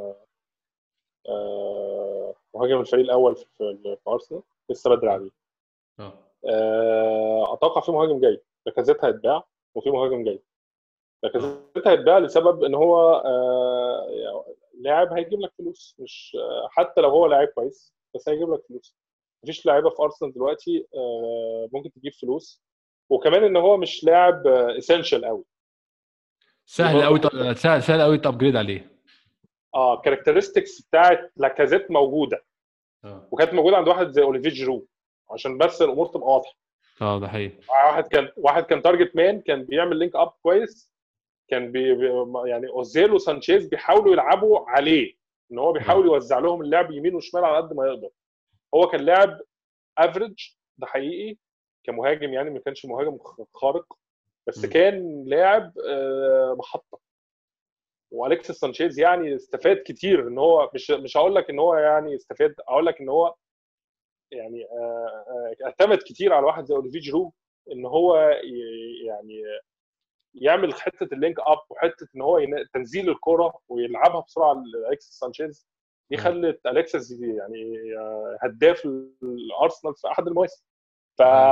آه، مهاجم الفريق الاول في في في ارسنال، لسه بدري اه عليه. اه آه، اتوقع في مهاجم جاي. لاكازيت هيتباع وفي مهاجم جاي. اه لاكازيت هيتباع لسبب ان هو آه، لاعب هيجيب لك فلوس، مش آه، حتى لو هو لاعب كويس بس هيجيب لك فلوس. مفيش لعيبه في ارسنال دلوقتي آه، ممكن تجيب فلوس. وكمان ان هو مش لاعب اسينشال قوي. دي سهل برضو قوي، حته. سهل سهل قوي تابجريد عليه. اه كاركترستكس بتاعت لاكازيت موجوده، اه وكانت موجوده عند واحد زي اوليفيه جيرو، عشان بس الامور تبقى واضحه. اه ده حقيقي. واحد كان واحد كان تارجت مان، كان بيعمل لينك اب كويس. كان بي بي يعني اوزيل وسانشيز بيحاولوا يلعبوا عليه، ان هو اه بيحاول يوزع لهم اللعب يمين وشمال على قد ما يقدر. هو كان لاعب افريج، ده حقيقي. كمهاجم يعني ما كانش مهاجم خارق، بس مم. كان لاعب آه، محطه. والكسيس سانشيز يعني استفاد كتير، ان هو مش مش هقول لك ان هو يعني استفاد، اقول لك ان هو يعني آه، آه، اعتمد كتير على واحد زي اوليفيه جيرو، ان هو ي- يعني يعمل حته اللينك اب، وحته ان هو ين- تنزيل الكره ويلعبها بسرعه لالكسيس سانشيز. دي اه خلت الكسيس يعني آه، هداف الارسنال في احد المواسم. ده حقيقي.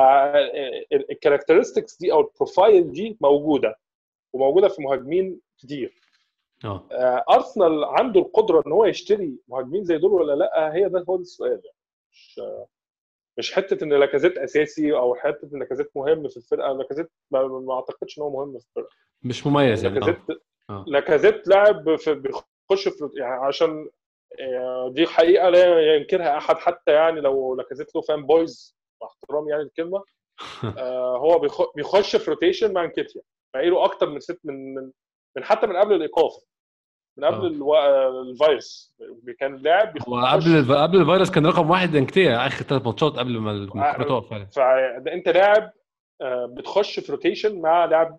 فالكاركترستكس دي او البروفايل دي موجوده، وموجوده في مهاجمين كتير. اه آه، ارسنال عنده القدره ان هو يشتري مهاجمين زي دول ولا لا؟ هي ده هو السؤال يعني. مش مش حته ان لاكازيت اساسي او حته ان لاكازيت مهم في الفرقه. لاكازيت ما, ما اعتقدش ان هو مهم في الفرقه مش يعني. مميز يعني. لاكازيت اه اه لاكازيت لاعب في- بيخش في يعني عشان آه، دي حقيقه لا ينكرها احد، حتى يعني لو لاكازيت له فان بويز مع احترام يعني الكلمه. آه، هو بيخ- بيخش في روتيشن مع انكيتيا بقاله اكتر من ست من من من حتى من قبل الايقاف، من قبل اه الو... الفيروس كان لاعب هو قبل بيخش. الف... قبل الفيروس كان رقم واحد انكتيا اخر ثلاث ماتشات قبل ما الكوره تقف فعلا. فانت لاعب آه، بتخش في روتيشن مع لاعب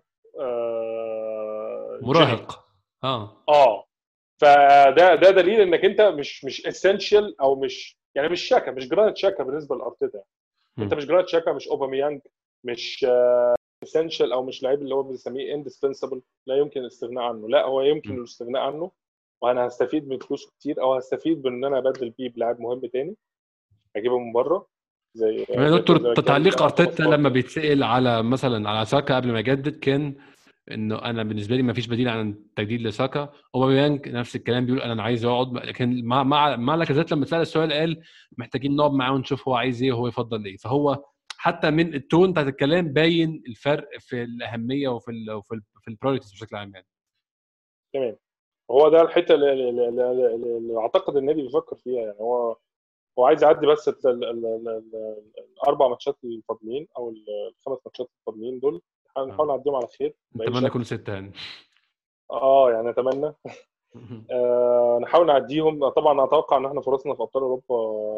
آه، جونيور. مراهق. اه اه فده ده دليل انك انت مش مش اسينشال او مش يعني مش شاكا، مش جرانيت شاكا بالنسبه لارتيتا. انت مم. مش جرانيت شاكا، مش اوباميانج، مش اسينشال او مش لعيب اللي هو بنسميه اندسبنسبل لا يمكن الاستغناء عنه. لا، هو يمكن مم. الاستغناء عنه، وانا هستفيد من فلوسه كتير او هستفيد بان انا ابدل بيه بلاعب مهم تاني اجيبه من بره زي يا نيتو، دكتور، زي كان تعليق ارتيتا توماس لما بارتي. بيتسال على مثلا على ساكا قبل ما يجدد كان انه انا بالنسبه لي ما فيش بديل عن التجديد لساكا. اوباميانج نفس الكلام بيقول انا عايز يقعد، لكن مع مع مع لاكازيت لما اتسال السؤال قال محتاجين نقعد معاه ونشوف هو عايز ايه وهو يفضل ايه. فهو حتى من التون بتاعت الكلام باين الفرق في الاهميه وفي ال وفي ال في البرايورتيز بشكل عام يعني. تمام. هو ده الحته اللي, اللي, اللي, اللي اعتقد النادي بيفكر فيها يعني. هو هو عايز يعدي بس ال- ال- ال- ال- ال- الاربع ماتشات الفاضلين او الخمس ماتشات الفاضلين دول، آه. نحاول نعديهم على خير باي نتمنى شكل. يكونوا سته يعني. اه يعني اتمنى آه نحاول نعديهم. طبعا اتوقع ان احنا فرصنا في ابطال اوروبا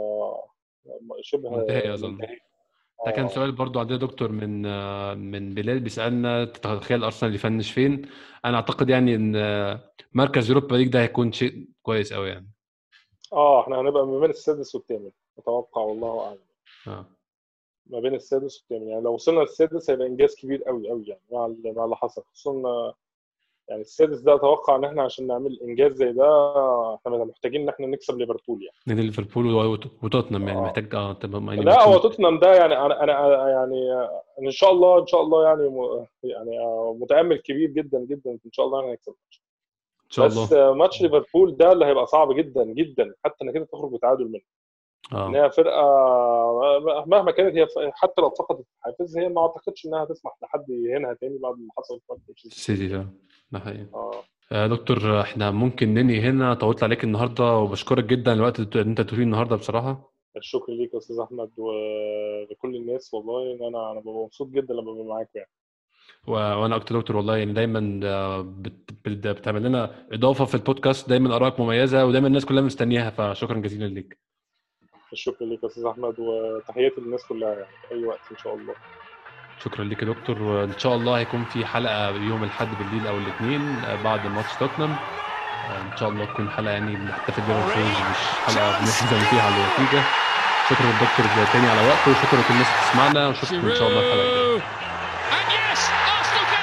شبه منتهي اظن. منتهيه. ده كان اه سؤال برضو عندنا دكتور من آه، من بلال بيسالنا تتخيل ارسنال يفنش فين. انا اعتقد يعني ان آه، مركز يوروبا ليج ده هيكون شيء كويس قوي يعني. اه احنا هنبقى ما بين السادس والثامن اتوقع، والله اعلم. اه ما بين السادس والثامن يعني. لو وصلنا للسادس هيبقى انجاز كبير قوي قوي يعني مع ال- مع اللي حصل. خصوصا يعني السادس ده اتوقع ان احنا عشان نعمل انجاز زي ده احنا محتاجين ان احنا نكسب ليفربول يعني. نادي ليفربول وت- وتوتنهام يعني اه محتاج اه تبقى يعني لا، هو ماتشين. توتنهام ده يعني انا انا يعني ان شاء الله ان شاء الله يعني م- يعني متامل كبير جدا جدا ان شاء الله هنكسب. ان شاء بس الله. ماتش ليفربول ده اللي هيبقى صعب جدا جدا حتى انك انت تخرج بتعادل منه. ان اه هي فرقه مهما كانت هي حتى لو فقدت الحافز هي ما اعتقدش انها تسمح لحد يهينها تاني بعد اللي حصل في ماتش السيتي السيتي. ده ده حقيقي. اه آه دكتور، احنا ممكن ننهي هنا. طولت عليك النهارده وبشكرك جدا الوقت اللي انت تقوليه النهارده بصراحه. الشكر ليك يا استاذ احمد ولكل الناس. والله ان انا انا ببقى مبسوط جدا لما ببقى معاك يعني. و... وانا اكتر دكتور والله يعني دايما آه، بت... بت... بتعمل لنا اضافه في البودكاست، دايما ارائك مميزه ودايما الناس كلها مستنياها، فشكرا جزيلا ليك. الشكر ليك يا استاذ احمد وتحياتي للناس كلها يعني في اي وقت ان شاء الله. شكرا ليك يا دكتور، وان شاء الله هيكون في حلقه يوم الاحد بالليل او الاثنين بعد ماتش توتنهام. ان شاء الله تكون حلقه يعني بنحتفل بيها بالفوز، مش حلقه بنحزن فيها على النتيجه. شكرا للدكتور تاني على وقته، وشكرا لكل الناس اللي تسمعنا، واشوفكم ان شاء الله الحلقه الجايه. And yes, Arsenal get